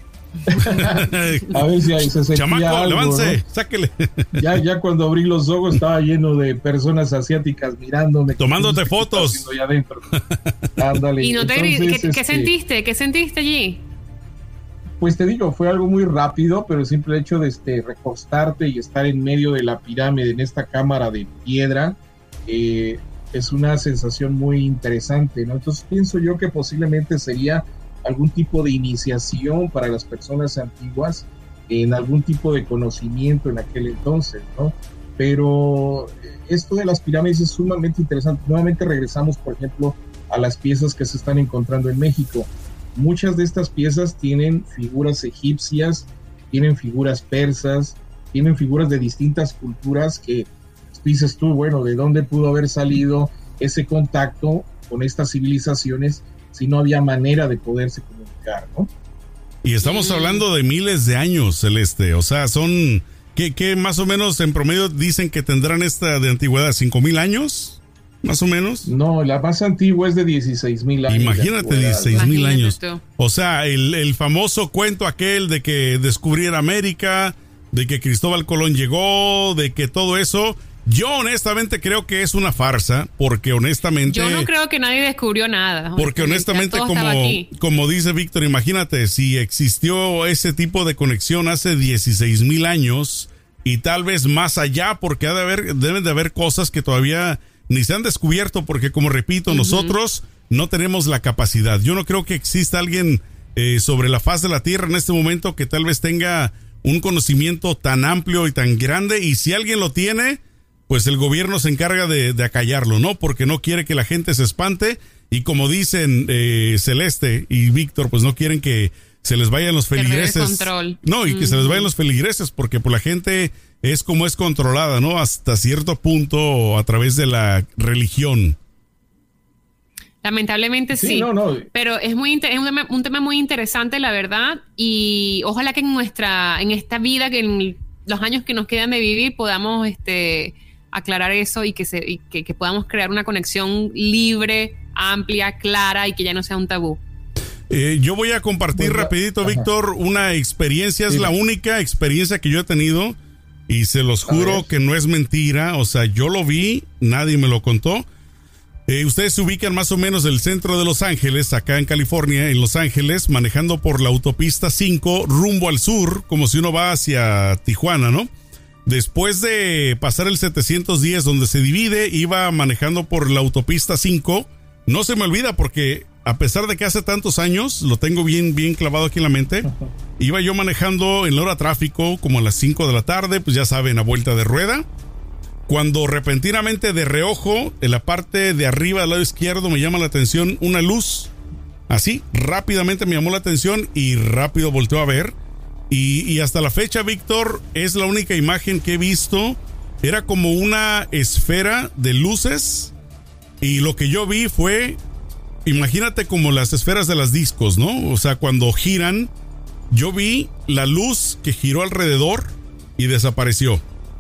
A ver si ahí se sentía
Chamaco,
algo,
levance,
¿no?
Sáquele.
Ya, ya cuando abrí los ojos estaba lleno de personas asiáticas mirándome.
Tomándote fotos.
Allá adentro. Ándale.
¿Y no te
Entonces,
¿qué,
este,
¿qué sentiste? ¿Qué sentiste allí?
Pues te digo, fue algo muy rápido, pero el simple hecho de este, recostarte y estar en medio de la pirámide, en esta cámara de piedra, eh, es una sensación muy interesante, ¿no? Entonces pienso yo que posiblemente sería algún tipo de iniciación para las personas antiguas en algún tipo de conocimiento en aquel entonces, ¿no? Pero esto de las pirámides es sumamente interesante. Nuevamente regresamos, por ejemplo, a las piezas que se están encontrando en México. Muchas de estas piezas tienen figuras egipcias, tienen figuras persas, tienen figuras de distintas culturas que dices tú, bueno, ¿de dónde pudo haber salido ese contacto con estas civilizaciones si no había manera de poderse comunicar, ¿no?
Y estamos hablando de miles de años, Celeste. O sea, son... ¿Qué, qué más o menos en promedio dicen que tendrán esta de antigüedad? ¿Cinco mil años? ¿Más o menos?
No, la más antigua es de dieciséis mil años.
Imagínate, dieciséis mil años. Tú. O sea, el, el famoso cuento aquel de que descubriera América, de que Cristóbal Colón llegó, de que todo eso... Yo honestamente creo que es una farsa, porque honestamente...
Yo no creo que nadie descubrió nada.
Porque honestamente, como, como dice Víctor, imagínate, si existió ese tipo de conexión hace dieciséis mil años y tal vez más allá, porque ha de haber, deben de haber cosas que todavía ni se han descubierto, porque como repito, uh-huh. nosotros no tenemos la capacidad. Yo no creo que exista alguien eh, sobre la faz de la Tierra en este momento que tal vez tenga un conocimiento tan amplio y tan grande, y si alguien lo tiene... pues el gobierno se encarga de, de acallarlo, ¿no? Porque no quiere que la gente se espante y como dicen eh, Celeste y Víctor, pues no quieren que se les vayan los feligreses. No, y que mm. se les vayan los feligreses porque pues la gente es como es controlada, ¿no? Hasta cierto punto a través de la religión.
Lamentablemente sí,
sí no, no.
pero es muy es un tema, un tema muy interesante, la verdad, y ojalá que en nuestra en esta vida, que en los años que nos quedan de vivir podamos este aclarar eso y que se y que, que podamos crear una conexión libre, amplia, clara y que ya no sea un tabú.
Eh, yo voy a compartir bueno, rapidito, ajá. Víctor, una experiencia, es sí. la única experiencia que yo he tenido y se los juro que no es mentira, o sea, yo lo vi, nadie me lo contó. Eh, ustedes se ubican más o menos del centro de Los Ángeles, acá en California, en Los Ángeles, manejando por la autopista cinco rumbo al sur, como si uno va hacia Tijuana, ¿no? Después de pasar el setecientos diez donde se divide, iba manejando por la autopista cinco. No se me olvida porque a pesar de que hace tantos años, lo tengo bien, bien clavado aquí en la mente, iba yo manejando en la hora tráfico como a las cinco de la tarde, pues ya saben, a vuelta de rueda. Cuando repentinamente de reojo, en la parte de arriba del lado izquierdo me llama la atención una luz. Así, rápidamente me llamó la atención y rápido volteo a ver. Y, y hasta la fecha, Víctor, es la única imagen que he visto. Era como una esfera de luces. Y lo que yo vi fue, imagínate como las esferas de las discos, ¿no? O sea, cuando giran, yo vi la luz que giró alrededor y desapareció.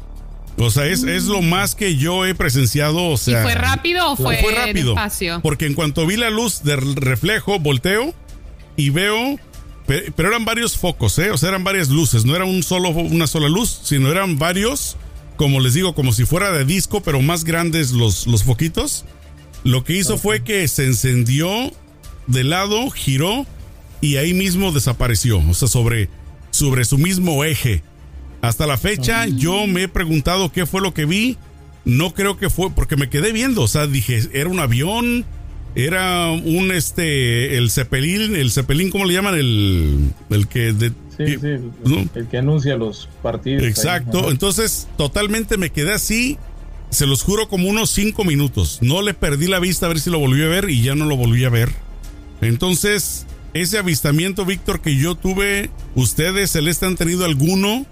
O sea, es, es lo más que yo he presenciado. O sea,
¿y fue rápido o fue,
fue rápido?
Despacio?
Porque en cuanto vi la luz del reflejo, volteo y veo... Pero eran varios focos, ¿eh? O sea, eran varias luces. No era un solo, una sola luz, sino eran varios, como les digo, como si fuera de disco, pero más grandes los, los foquitos. Lo que hizo okay. fue que se encendió de lado, giró y ahí mismo desapareció. O sea, sobre, sobre su mismo eje. Hasta la fecha, okay. yo me he preguntado qué fue lo que vi. No creo que fue, porque me quedé viendo. O sea, dije, ¿era un avión? Era un, este, el Zeppelin, el Zeppelin, ¿cómo le llaman? El, el que... De,
sí, sí, ¿no? El que anuncia los partidos.
Exacto, ahí. Entonces totalmente me quedé así, se los juro, como unos cinco minutos. No le perdí la vista a ver si lo volví a ver y ya no lo volví a ver. Entonces, ese avistamiento, Víctor, que yo tuve, ¿ustedes, Celeste, han tenido alguno?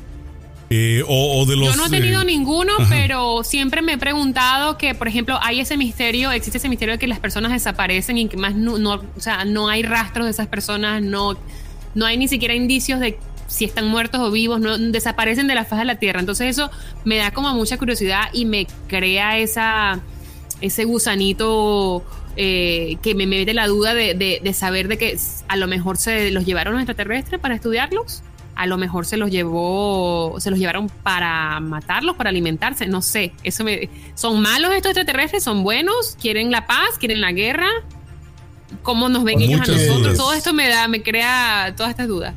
Eh, o, o de los,
yo no he tenido
eh,
ninguno,
ajá.
pero siempre me he preguntado que, por ejemplo, hay ese misterio, existe ese misterio de que las personas desaparecen y que más no, no, o sea, no hay rastros de esas personas, no, no hay ni siquiera indicios de si están muertos o vivos, no desaparecen de la faz de la tierra. Entonces eso me da como mucha curiosidad y me crea esa, ese gusanito eh, que me mete la duda de, de, de saber de que a lo mejor se los llevaron los extraterrestres para estudiarlos, a lo mejor se los llevó, se los llevaron para matarlos, para alimentarse, no sé. Eso me, ¿son malos estos extraterrestres? ¿Son buenos? ¿Quieren la paz? ¿Quieren la guerra? ¿Cómo nos ven ellos a nosotros? Dudas. Todo esto me da, me crea todas estas dudas.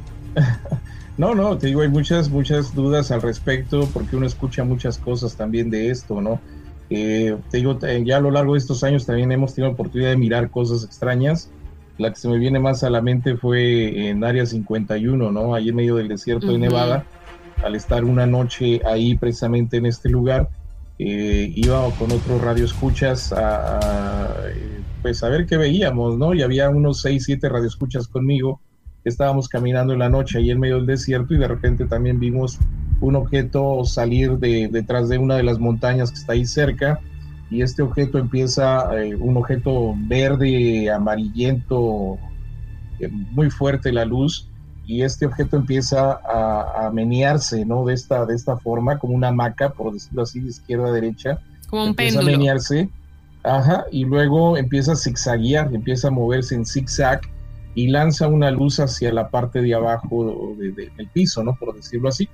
No, no, te digo, hay muchas, muchas dudas al respecto, porque uno escucha muchas cosas también de esto, ¿no? Eh, te digo, ya a lo largo de estos años también hemos tenido la oportunidad de mirar cosas extrañas. La que se me viene más a la mente fue en Área cincuenta y uno, ¿no? Ahí en medio del desierto uh-huh. de Nevada. Al estar una noche ahí precisamente en este lugar, eh, iba con otros radioescuchas a, a, pues a ver qué veíamos, ¿no? Y había unos seis, siete radioescuchas conmigo. Estábamos caminando en la noche ahí en medio del desierto y de repente también vimos un objeto salir de detrás de una de las montañas que está ahí cerca, y este objeto empieza, eh, un objeto verde, amarillento, eh, muy fuerte la luz, y este objeto empieza a, a menearse, ¿no? De esta, de esta forma, como una hamaca, por decirlo así, de izquierda a derecha.
Como un
empieza
péndulo.
a menearse, ajá, y luego empieza a zigzaguear, empieza a moverse en zigzag, y lanza una luz hacia la parte de abajo de, de, del piso, ¿no? Por decirlo así.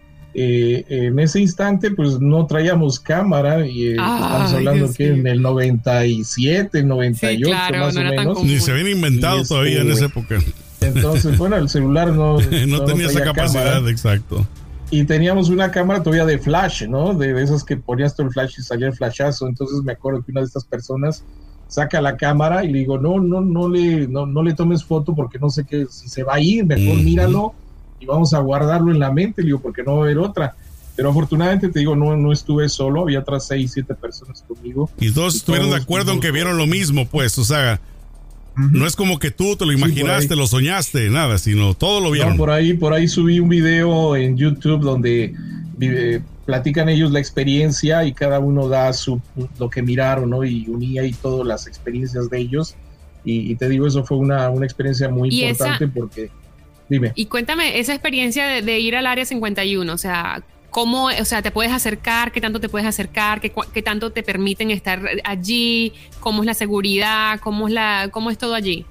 Eh, en ese instante, pues no traíamos cámara, y eh, ah, estamos hablando Dios que Dios. En el noventa y siete, noventa y ocho, sí, claro,
no
más o menos.
Ni se habían inventado este, todavía en esa época.
Entonces, bueno, el celular no,
no, no tenía esa capacidad, cámara. Exacto.
Y teníamos una cámara todavía de flash, ¿no? De, de esas que ponías todo el flash y salía el flashazo. Entonces me acuerdo que una de estas personas saca la cámara y le digo, no, no, no le, no, no le tomes foto porque no sé qué, si se va a ir, mejor uh-huh. míralo y vamos a guardarlo en la mente, le digo, porque no va a haber otra. Pero afortunadamente, te digo, no, no estuve solo, había otras seis, siete personas conmigo.
Y todos y estuvieron todos, de acuerdo en que vieron lo mismo, pues, o sea, uh-huh. no es como que tú te lo imaginaste, sí, lo soñaste, nada, sino todo lo vieron.
No, por ahí, por ahí subí un video en YouTube donde vive, platican ellos la experiencia y cada uno da su, lo que miraron, ¿no? Y unía ahí todas las experiencias de ellos. Y, y te digo, eso fue una, una experiencia muy importante esa, porque... Dime.
Y cuéntame, esa experiencia de, de ir al Área cincuenta y uno, o sea, ¿cómo, o sea, te puedes acercar? ¿Qué tanto te puedes acercar? ¿Qué, qué tanto te permiten estar allí? ¿Cómo es la seguridad? ¿Cómo es, la, cómo es todo allí?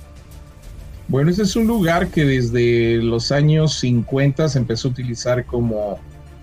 Bueno, ese es un lugar que desde los años cincuenta se empezó a utilizar como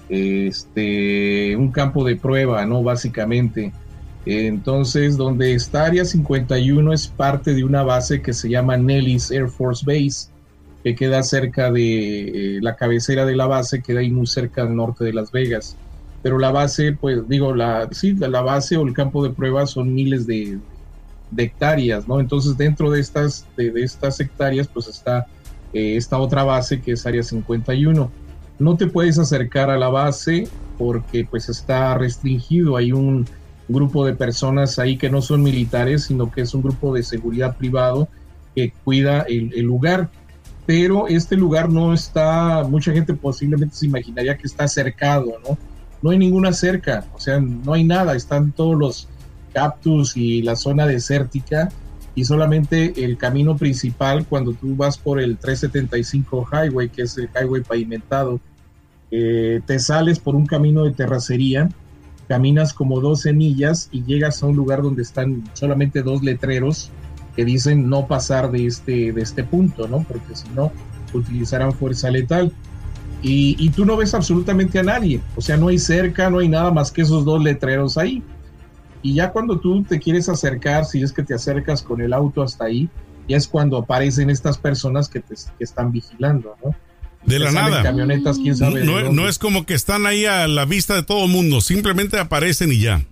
este un campo de prueba, ¿no? Básicamente. Entonces, donde está Área cincuenta y uno es parte de una base que se llama Nellis Air Force Base, que queda cerca de eh, la cabecera de la base, queda ahí muy cerca al norte de Las Vegas. Pero la base, pues digo, la, sí, la base o el campo de prueba son miles de, de hectáreas, ¿no? Entonces, dentro de estas, de, de estas hectáreas, pues está eh, esta otra base que es Área cincuenta y uno. No te puedes acercar a la base porque pues está restringido. Hay un grupo de personas ahí que no son militares, sino que es un grupo de seguridad privado que cuida el, el lugar. Pero este lugar no está, mucha gente posiblemente se imaginaría que está cercado, ¿no? No hay ninguna cerca, o sea, no hay nada, están todos los cactus y la zona desértica, y solamente el camino principal, cuando tú vas por el trescientos setenta y cinco Highway, que es el highway pavimentado, eh, te sales por un camino de terracería, caminas como doce millas y llegas a un lugar donde están solamente dos letreros que dicen no pasar de este, de este punto, ¿no? Porque si no, utilizarán fuerza letal. Y, y tú no ves absolutamente a nadie, o sea, no hay cerca, no hay nada más que esos dos letreros ahí. Y ya cuando tú te quieres acercar, si es que te acercas con el auto hasta ahí, ya es cuando aparecen estas personas que te que están vigilando, ¿no?
De la nada.
Camionetas, quién sabe.
No, no es como que están ahí a la vista de todo el mundo, simplemente aparecen y ya.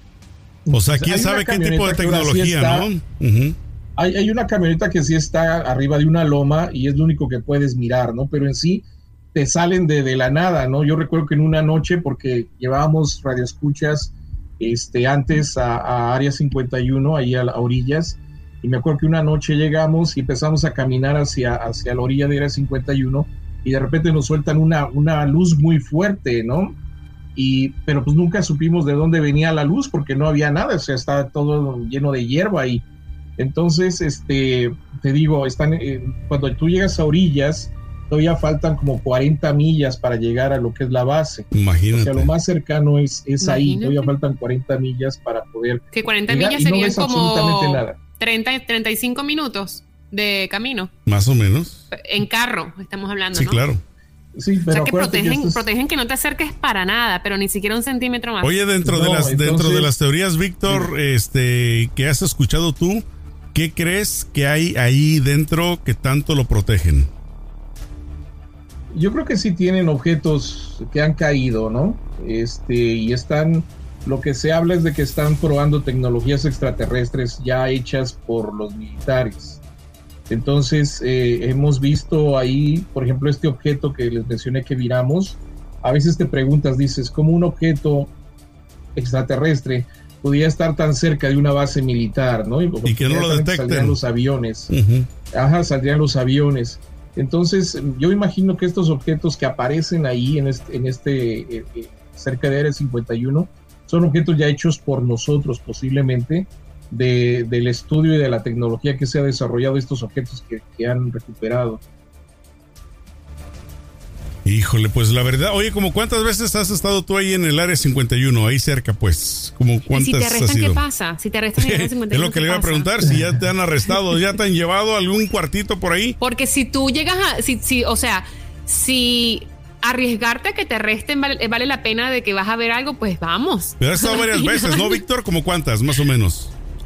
O sea, quién sabe qué tipo de tecnología, sí está, ¿no? Uh-huh.
Hay, hay una camioneta que sí está arriba de una loma y es lo único que puedes mirar, ¿no? Pero en sí te salen de, de la nada, ¿no? Yo recuerdo que en una noche, porque llevábamos radioescuchas este, antes a, a Área cincuenta y uno, ahí a, a orillas, y me acuerdo que una noche llegamos y empezamos a caminar hacia, hacia la orilla de Área cincuenta y uno y de repente nos sueltan una, una luz muy fuerte, ¿no? Y, pero pues nunca supimos de dónde venía la luz porque no había nada, o sea, estaba todo lleno de hierba y entonces, este, te digo, están, eh, cuando tú llegas a orillas, todavía faltan como cuarenta millas para llegar a lo que es la base.
Imagínate.
O sea, lo más cercano es, es ahí, todavía faltan cuarenta millas para poder
que cuarenta millas serían no como treinta, treinta y cinco minutos de camino.
Más o menos.
En carro, estamos hablando,
sí,
¿no?
claro.
Sí, pero
o sea, que protegen,
que es...
protegen que no te acerques para nada, pero ni siquiera un centímetro más.
Oye, dentro
no,
de las
entonces...
dentro de las teorías, Víctor, sí. este, que has escuchado tú, ¿qué crees que hay ahí dentro que tanto lo protegen?
Yo creo que sí tienen objetos que han caído, ¿no? Este, y están, lo que se habla es de que están probando tecnologías extraterrestres ya hechas por los militares. Entonces, eh, hemos visto ahí, por ejemplo, este objeto que les mencioné que viramos. A veces te preguntas, dices, ¿cómo un objeto extraterrestre podía estar tan cerca de una base militar, ¿no?
Y, y que no lo detecten.
Saldrían los aviones.
Uh-huh.
Ajá, saldrían los aviones. Entonces, yo imagino que estos objetos que aparecen ahí en este, en este eh, eh, cerca de Área cincuenta y uno, son objetos ya hechos por nosotros, posiblemente, de, del estudio y de la tecnología que se ha desarrollado estos objetos que, que han recuperado.
Híjole, pues la verdad, oye, ¿como cuántas veces has estado tú ahí en el Área cincuenta y uno, ahí cerca, pues? ¿Como cuántas
si te arrestan,
has ido?
¿qué pasa? Si te arrestan en el Área cincuenta y uno,
es lo que le iba a preguntar, si ya te han arrestado, ya te han llevado a algún cuartito por ahí.
Porque si tú llegas a, si, si, o sea, si arriesgarte a que te arresten vale, vale la pena de que vas a ver algo, pues vamos.
Pero has estado varias veces, ¿no, Víctor? ¿Como cuántas, más o menos?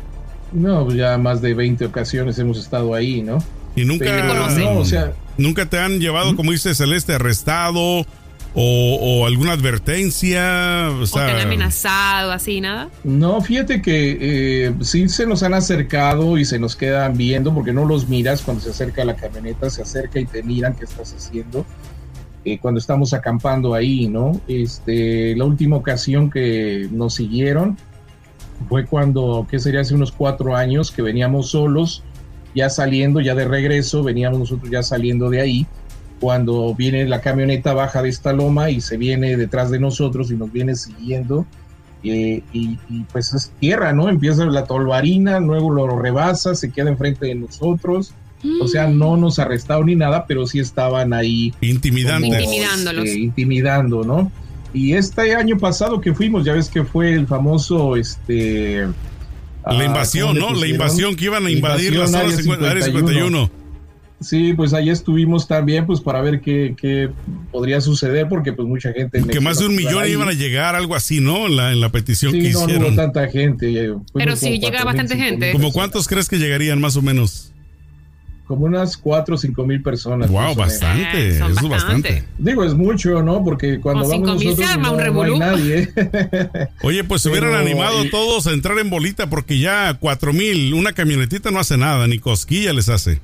No, ya más de veinte ocasiones hemos estado ahí, ¿no?
Y nunca,
Pero, no, o sea,
nunca te han llevado, ¿Mm? como dice Celeste, arrestado o, o alguna advertencia, o, sea,
o te han amenazado, así, nada.
No, fíjate que eh, sí se nos han acercado y se nos quedan viendo, porque no los miras cuando se acerca la camioneta, se acerca y te miran qué estás haciendo. Eh, cuando estamos acampando ahí, ¿no? Este, la última ocasión que nos siguieron fue cuando, ¿qué sería? Hace unos cuatro años que veníamos solos, ya saliendo, ya de regreso, veníamos nosotros ya saliendo de ahí, cuando viene la camioneta, baja de esta loma y se viene detrás de nosotros y nos viene siguiendo, eh, y, y pues es tierra, ¿no? Empieza la tolvarina, luego lo rebasa, se queda enfrente de nosotros. Mm. O sea, no nos arrestaron ni nada, pero sí estaban ahí
intimidantes,
como,
intimidándolos,
eh, intimidando, ¿no? Y este año pasado que fuimos, ya ves que fue el famoso, este...
La invasión, ¿no? La invasión que iban a invadir la zona Área cincuenta y uno.
Sí, pues ahí estuvimos también, pues para ver qué, qué podría suceder, porque pues mucha gente...
Que más de un millón ahí iban a llegar, algo así, ¿no? En la, en la petición
sí,
que
no,
hicieron.
No hubo tanta gente.
Pero sí llega bastante gente.
¿Cómo cuántos crees que llegarían más o menos?
Como unas cuatro o cinco mil personas.
Wow, bastante, eh, eso es bastante.
Digo, es mucho, ¿no? Porque cuando
con
vamos nosotros
se arma
no,
un revolú.
no hay nadie.
Oye, pues se hubieran animado y... todos a entrar en bolita, porque ya cuatro mil, una camionetita no hace nada, ni cosquilla les hace.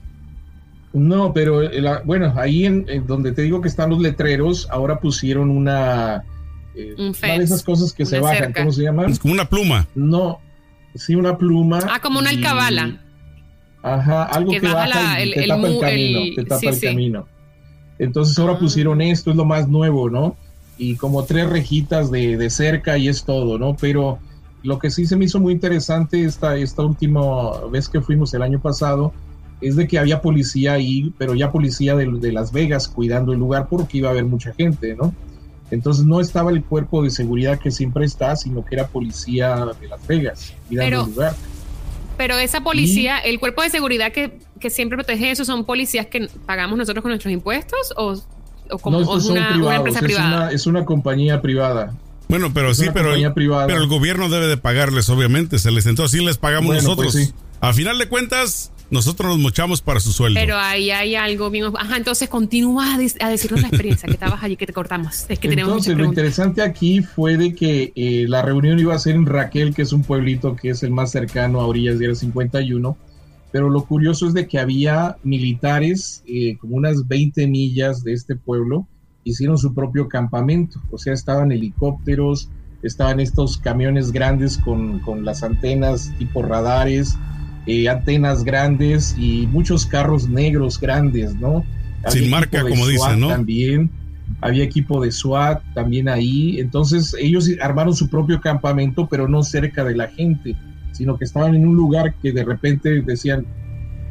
No, pero la, bueno, ahí en, en donde te digo que están los letreros, ahora pusieron una, eh,
un
una de esas cosas que se bajan, cerca. ¿Cómo se llama?
Es como una pluma.
No, sí, una pluma.
Ah, como una
y,
alcabala.
Ajá, algo que, que baja la, y el, te, el, tapa el, el camino, el, te tapa sí, el sí. camino. Entonces ahora ah. pusieron esto, es lo más nuevo, ¿no? Y como tres rejitas de, de cerca y es todo, ¿no? Pero lo que sí se me hizo muy interesante esta, esta última vez que fuimos el año pasado es de que había policía ahí, pero ya policía de, de Las Vegas cuidando el lugar porque iba a haber mucha gente, ¿no? Entonces no estaba el cuerpo de seguridad que siempre está, sino que era policía de Las Vegas cuidando pero... el lugar.
Pero esa policía, ¿y? el cuerpo de seguridad que, que siempre protege eso, son policías que pagamos nosotros con nuestros impuestos o, o como
no,
o es una,
privados,
una empresa
es
privada?
Una, es una compañía privada.
Bueno, pero
es
sí, pero el, pero el gobierno debe de pagarles, obviamente. Se les, entonces sí les pagamos bueno, nosotros. Pues sí. A final de cuentas, nosotros nos mochamos para su sueldo.
Pero ahí hay algo bien... Ajá, entonces continúa a, de, a decirnos la experiencia que estabas allí, que te cortamos. Es que tenemos
entonces, lo interesante aquí fue de que eh, la reunión iba a ser en Raquel, que es un pueblito que es el más cercano a orillas de Área cincuenta y uno. Pero lo curioso es de que había militares, eh, como unas veinte millas de este pueblo, hicieron su propio campamento. O sea, estaban helicópteros, estaban estos camiones grandes con, con las antenas tipo radares, Eh, antenas grandes y muchos carros negros grandes, ¿no?
Había sin marca, como dicen, ¿no?
También había equipo de SWAT también ahí. Entonces ellos armaron su propio campamento, pero no cerca de la gente, sino que estaban en un lugar que de repente decían,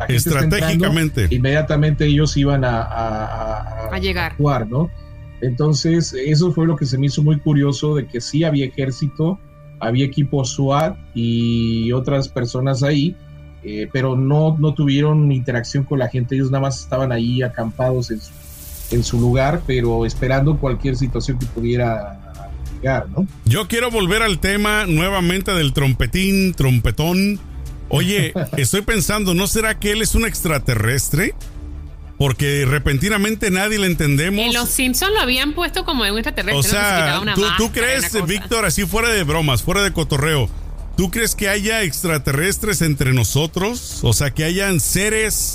la gente
estratégicamente,
entrando, inmediatamente ellos iban a, a, a,
a llegar,
actuar, ¿no? Entonces, eso fue lo que se me hizo muy curioso, de que sí había ejército, había equipo SWAT y otras personas ahí, eh, pero no, no tuvieron interacción con la gente, ellos nada más estaban ahí acampados en su, en su lugar, pero esperando cualquier situación que pudiera llegar, ¿no?
Yo quiero volver al tema nuevamente del trompetín, trompetón. Oye, estoy pensando, ¿no será que él es un extraterrestre? Porque repentinamente nadie le entendemos.
En los Simpsons lo habían puesto como un extraterrestre.
O sea,
no
¿tú,
máscara,
¿tú crees, Víctor, así fuera de bromas, fuera de cotorreo, ¿tú crees que haya extraterrestres entre nosotros? O sea, que hayan seres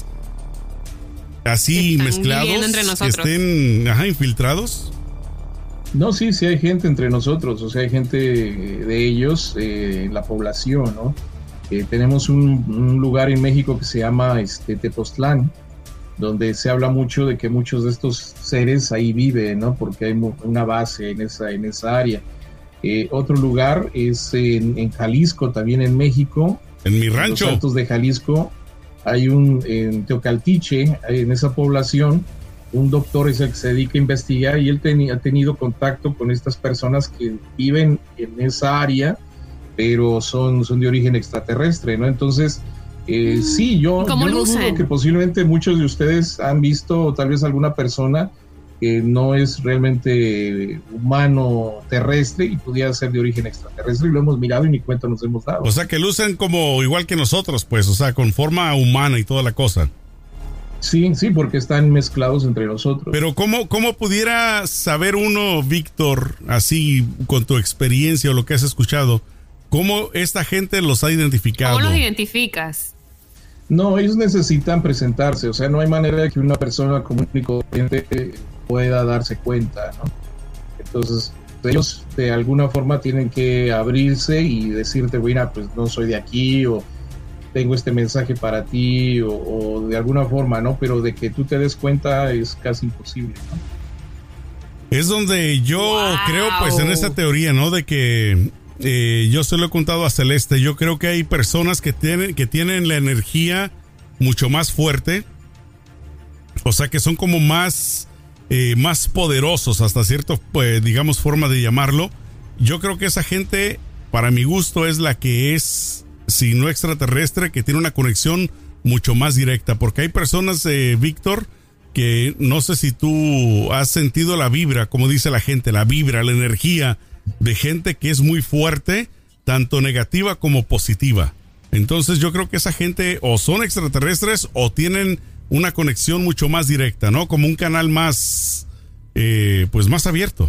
así mezclados,
entre nosotros,
que estén ajá, infiltrados.
No, sí, sí hay gente entre nosotros, o sea, hay gente de ellos eh, en la población, ¿no? Eh, tenemos un, un lugar en México que se llama este, Tepoztlán, donde se habla mucho de que muchos de estos seres ahí viven, ¿no? Porque hay una base en esa, en esa área. Eh, otro lugar es en, en Jalisco, también en México.
En mi rancho.
En los Altos de Jalisco. Hay un, en Teocaltiche, en esa población, un doctor es el que se dedica a investigar y él ten, ha tenido contacto con estas personas que viven en esa área, pero son, son de origen extraterrestre, ¿no? Entonces, eh, sí, yo, yo no dudo que posiblemente muchos de ustedes han visto, o tal vez alguna persona que no es realmente humano terrestre y pudiera ser de origen extraterrestre, y lo hemos mirado y ni cuenta nos hemos dado.
O sea, que lucen como igual que nosotros, pues, o sea, con forma humana y toda la cosa.
Sí, sí, porque están mezclados entre nosotros.
Pero ¿cómo, cómo pudiera saber uno, Víctor, así con tu experiencia o lo que has escuchado, cómo esta gente los ha identificado?
¿Cómo los identificas?
No, ellos necesitan presentarse, o sea, no hay manera de que una persona común y corriente pueda darse cuenta, ¿no? Entonces, ellos de alguna forma tienen que abrirse y decirte, mira, pues no soy de aquí, o tengo este mensaje para ti, o, o de alguna forma, ¿no? Pero de que tú te des cuenta es casi imposible, ¿no?
Es donde yo wow. creo, pues, en esa teoría, ¿no? De que Eh, yo se lo he contado a Celeste. Yo creo que hay personas que tienen, que tienen la energía mucho más fuerte. O sea, que son como más, eh, más poderosos, hasta cierto, pues, digamos, forma de llamarlo. Yo creo que esa gente, para mi gusto, es la que es, si no extraterrestre, que tiene una conexión mucho más directa. Porque hay personas, eh, Víctor, que no sé si tú has sentido la vibra, como dice la gente, la vibra, la energía de gente que es muy fuerte, tanto negativa como positiva. Entonces yo creo que esa gente o son extraterrestres o tienen una conexión mucho más directa, ¿no? Como un canal más, eh, pues más abierto.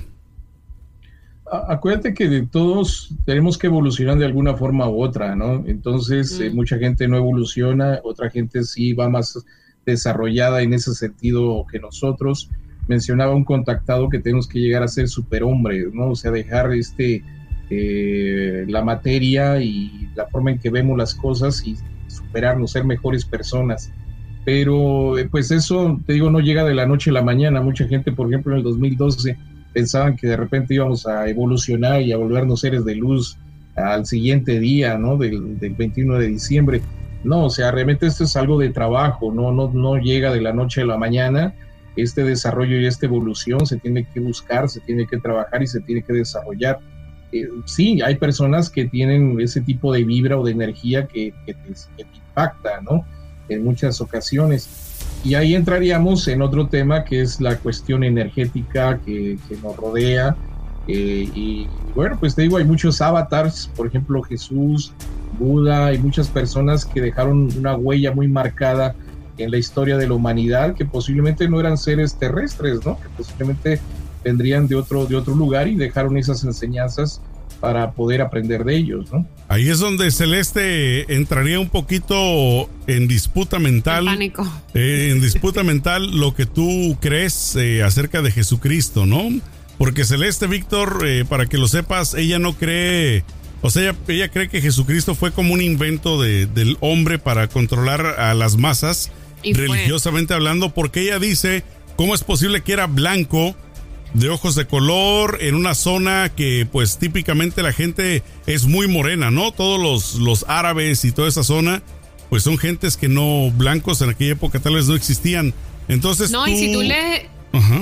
Acuérdate que de todos tenemos que evolucionar de alguna forma u otra, ¿no? Entonces mm. eh, mucha gente no evoluciona, otra gente sí va más desarrollada en ese sentido que nosotros. Mencionaba un contactado que tenemos que llegar a ser superhombre, ¿no? O sea, dejar este eh, la materia y la forma en que vemos las cosas y superarnos, ser mejores personas. Pero eh, pues eso, te digo, no llega de la noche a la mañana. Mucha gente, por ejemplo, en el dos mil doce pensaban que de repente íbamos a evolucionar y a volvernos seres de luz al siguiente día, ¿no? Del, del veintiuno de diciembre. No, o sea, realmente esto es algo de trabajo, no, no, no llega de la noche a la mañana. Este desarrollo y esta evolución se tiene que buscar, se tiene que trabajar y se tiene que desarrollar. Eh, sí, hay personas que tienen ese tipo de vibra o de energía que, que, te, que te impacta, ¿no? En muchas ocasiones. Y ahí entraríamos en otro tema que es la cuestión energética que, que nos rodea. Eh, y bueno, pues te digo, hay muchos avatars, por ejemplo Jesús, Buda, hay muchas personas que dejaron una huella muy marcada en la historia de la humanidad, que posiblemente no eran seres terrestres, ¿no? Que posiblemente vendrían de otro, de otro lugar y dejaron esas enseñanzas para poder aprender de ellos, ¿no?
Ahí es donde Celeste entraría un poquito en disputa mental.
En pánico.
Eh, en disputa mental lo que tú crees eh, acerca de Jesucristo, ¿no? Porque Celeste, Víctor, eh, para que lo sepas, ella no cree... O sea, ella, ella cree que Jesucristo fue como un invento de, del hombre para controlar a las masas, religiosamente hablando, porque ella dice, ¿cómo es posible que era blanco, de ojos de color, en una zona que pues típicamente la gente es muy morena, ¿no? Todos los, los árabes y toda esa zona pues son gentes que no, blancos en aquella época tal vez no existían. Entonces
No,
tú...
y si tú lees...
Ajá.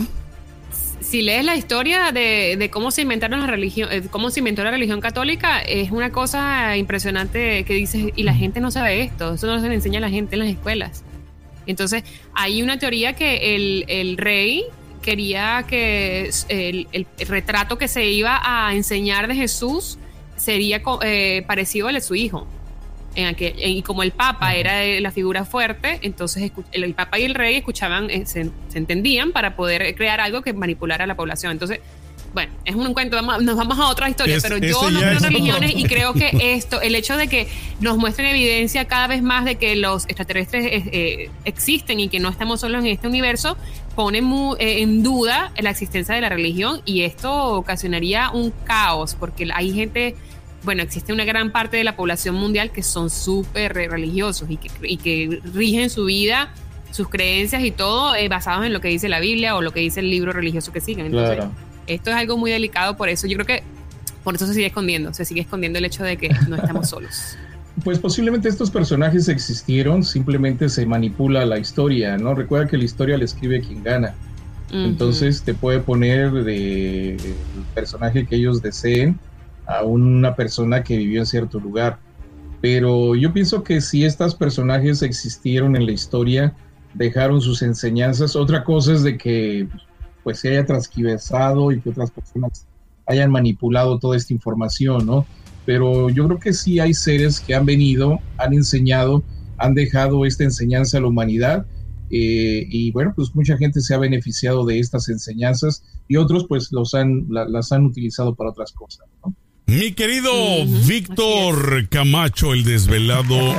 Si lees la historia de, de cómo se inventaron la religión, eh, cómo se inventó la religión católica, es una cosa impresionante que dices, y la gente no sabe esto, eso no se le enseña a la gente en las escuelas. Entonces, hay una teoría que el, el rey quería que el, el, el retrato que se iba a enseñar de Jesús sería eh, parecido al de su hijo. En aquel, y como el Papa era la figura fuerte, entonces el, el Papa y el Rey escuchaban, se, se entendían para poder crear algo que manipulara a la población. Entonces, bueno, es un cuento, vamos, nos vamos a otra historia, es, pero yo no creo en religiones y creo que esto, el hecho de que nos muestren evidencia cada vez más de que los extraterrestres eh, existen y que no estamos solos en este universo, pone muy, eh, en duda la existencia de la religión, y esto ocasionaría un caos, porque hay gente... Bueno, existe una gran parte de la población mundial que son súper religiosos y que, y que rigen su vida, sus creencias y todo eh, basados en lo que dice la Biblia o lo que dice el libro religioso que siguen. Entonces, claro. Esto es algo muy delicado, por eso yo creo que por eso se sigue escondiendo, se sigue escondiendo el hecho de que no estamos solos.
Pues posiblemente estos personajes existieron, simplemente se manipula la historia, ¿no? Recuerda que la historia la escribe quien gana. Uh-huh. Entonces te puede poner de el personaje que ellos deseen a una persona que vivió en cierto lugar, pero yo pienso que si estos personajes existieron en la historia, dejaron sus enseñanzas. Otra cosa es de que pues se haya transgiversado y que otras personas hayan manipulado toda esta información, ¿no? Pero yo creo que sí hay seres que han venido, han enseñado, han dejado esta enseñanza a la humanidad, eh, y bueno, pues mucha gente se ha beneficiado de estas enseñanzas y otros pues los han, la, las han utilizado para otras cosas, ¿no?
Mi querido uh-huh, Víctor Camacho, el desvelado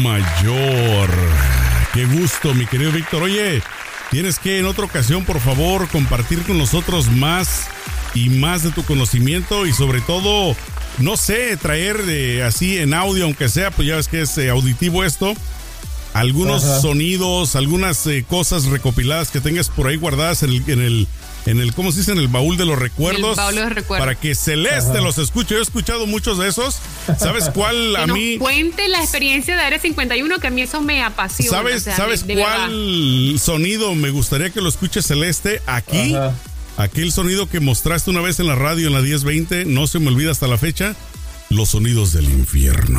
mayor. Qué gusto, mi querido Víctor. Oye, tienes que en otra ocasión, por favor, compartir con nosotros más y más de tu conocimiento y sobre todo, no sé, traer de, así en audio, aunque sea, pues ya ves que es eh, auditivo esto, algunos Ajá. sonidos, algunas eh, cosas recopiladas que tengas por ahí guardadas en el... En el En el, ¿cómo se dice? En el baúl de los recuerdos. El baúl de los recuerdos. Para que Celeste Ajá. los escuche. Yo he escuchado muchos de esos. ¿Sabes cuál a
que
mí?
Nos cuente la experiencia de Área cincuenta y uno, que a mí eso me apasiona.
¿Sabes, o sea, ¿sabes de, de cuál verdad. Sonido me gustaría que lo escuche Celeste? Aquí, Ajá. aquel sonido que mostraste una vez en la radio en la diez veinte, no se me olvida hasta la fecha, los sonidos del infierno.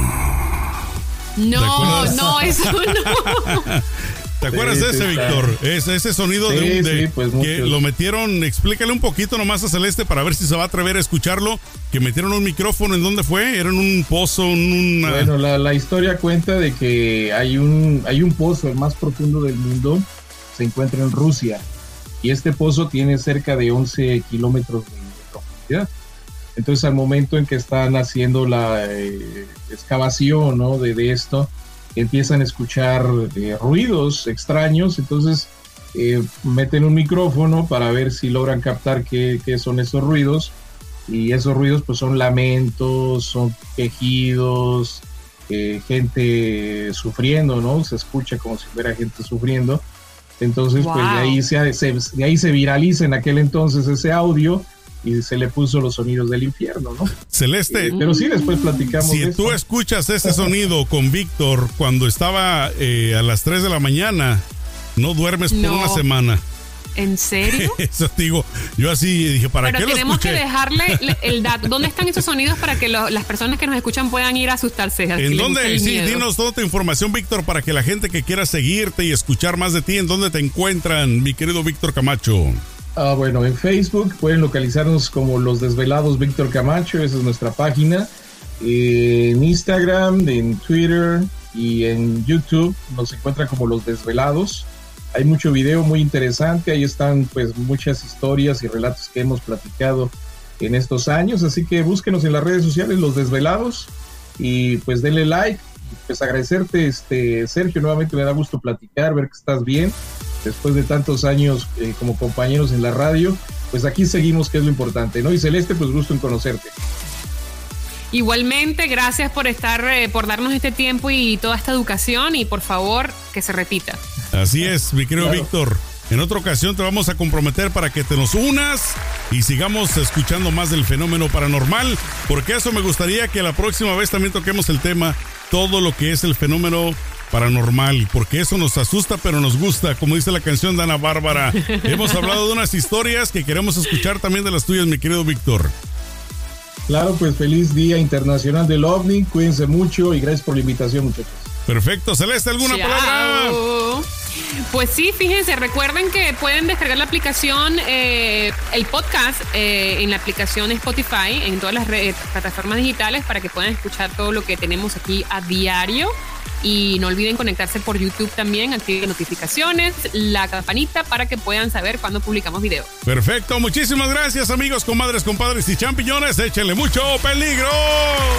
No, no, eso no.
¿Te acuerdas sí, de ese, sí, Víctor? Ese, ese sonido sí, de un de, sí, pues que lo metieron, explícale un poquito nomás a Celeste para ver si se va a atrever a escucharlo, que metieron un micrófono, ¿en dónde fue? Era en un pozo, en una...
Bueno, la, la historia cuenta de que hay un, hay un pozo, el más profundo del mundo, se encuentra en Rusia, y este pozo tiene cerca de once kilómetros de profundidad. Entonces, al momento en que están haciendo la eh, excavación, ¿no? de, de esto, empiezan a escuchar eh, ruidos extraños, entonces eh, meten un micrófono para ver si logran captar qué, qué son esos ruidos, y esos ruidos pues son lamentos, son quejidos, eh, gente sufriendo, ¿no? Se escucha como si fuera gente sufriendo. Entonces wow. pues de ahí se, se, de ahí se viraliza en aquel entonces ese audio y se le puso los sonidos del infierno, ¿no?
Celeste.
Eh, pero sí, después platicamos
Si
de
tú
eso.
escuchas ese sonido con Víctor cuando estaba eh, a las tres de la mañana, no duermes por no. una semana.
¿En serio?
Eso te digo, yo así dije, ¿para
Pero
qué lo escuché?
Pero tenemos que dejarle el dato. ¿Dónde están esos sonidos para que lo, las personas que nos escuchan puedan ir a asustarse?
¿En dónde? Sí, miedo. Dinos toda tu información, Víctor, para que la gente que quiera seguirte y escuchar más de ti, ¿en dónde te encuentran, mi querido Víctor Camacho?
Ah, bueno, en Facebook pueden localizarnos como Los Desvelados Víctor Camacho, esa es nuestra página. Eh, en Instagram, en Twitter y en YouTube nos encuentran como Los Desvelados. Hay mucho video muy interesante, ahí están pues muchas historias y relatos que hemos platicado en estos años, así que búsquenos en las redes sociales Los Desvelados y pues denle like. Pues agradecerte, este Sergio, nuevamente me da gusto platicar, ver que estás bien. Después de tantos años eh, como compañeros en la radio, pues aquí seguimos, que es lo importante, ¿no? Y Celeste, pues gusto en conocerte.
Igualmente, gracias por estar, eh, por darnos este tiempo y toda esta educación, y por favor, que se repita.
Así es, mi querido claro. Víctor. En otra ocasión te vamos a comprometer para que te nos unas y sigamos escuchando más del fenómeno paranormal, porque eso me gustaría que la próxima vez también toquemos el tema, todo lo que es el fenómeno paranormal, porque eso nos asusta, pero nos gusta, como dice la canción de Ana Bárbara. Hemos hablado de unas historias que queremos escuchar también de las tuyas, mi querido Víctor.
Claro, pues feliz Día Internacional del OVNI, cuídense mucho y gracias por la invitación, muchachos.
Perfecto, Celeste, ¿alguna
Chao.
palabra?
Pues sí, fíjense, recuerden que pueden descargar la aplicación, eh, el podcast eh, en la aplicación Spotify, en todas las redes, plataformas digitales, para que puedan escuchar todo lo que tenemos aquí a diario. Y no olviden conectarse por YouTube también, activen notificaciones, la campanita para que puedan saber cuando publicamos video.
Perfecto, muchísimas gracias amigos, comadres, compadres y champiñones. Échenle mucho peligro.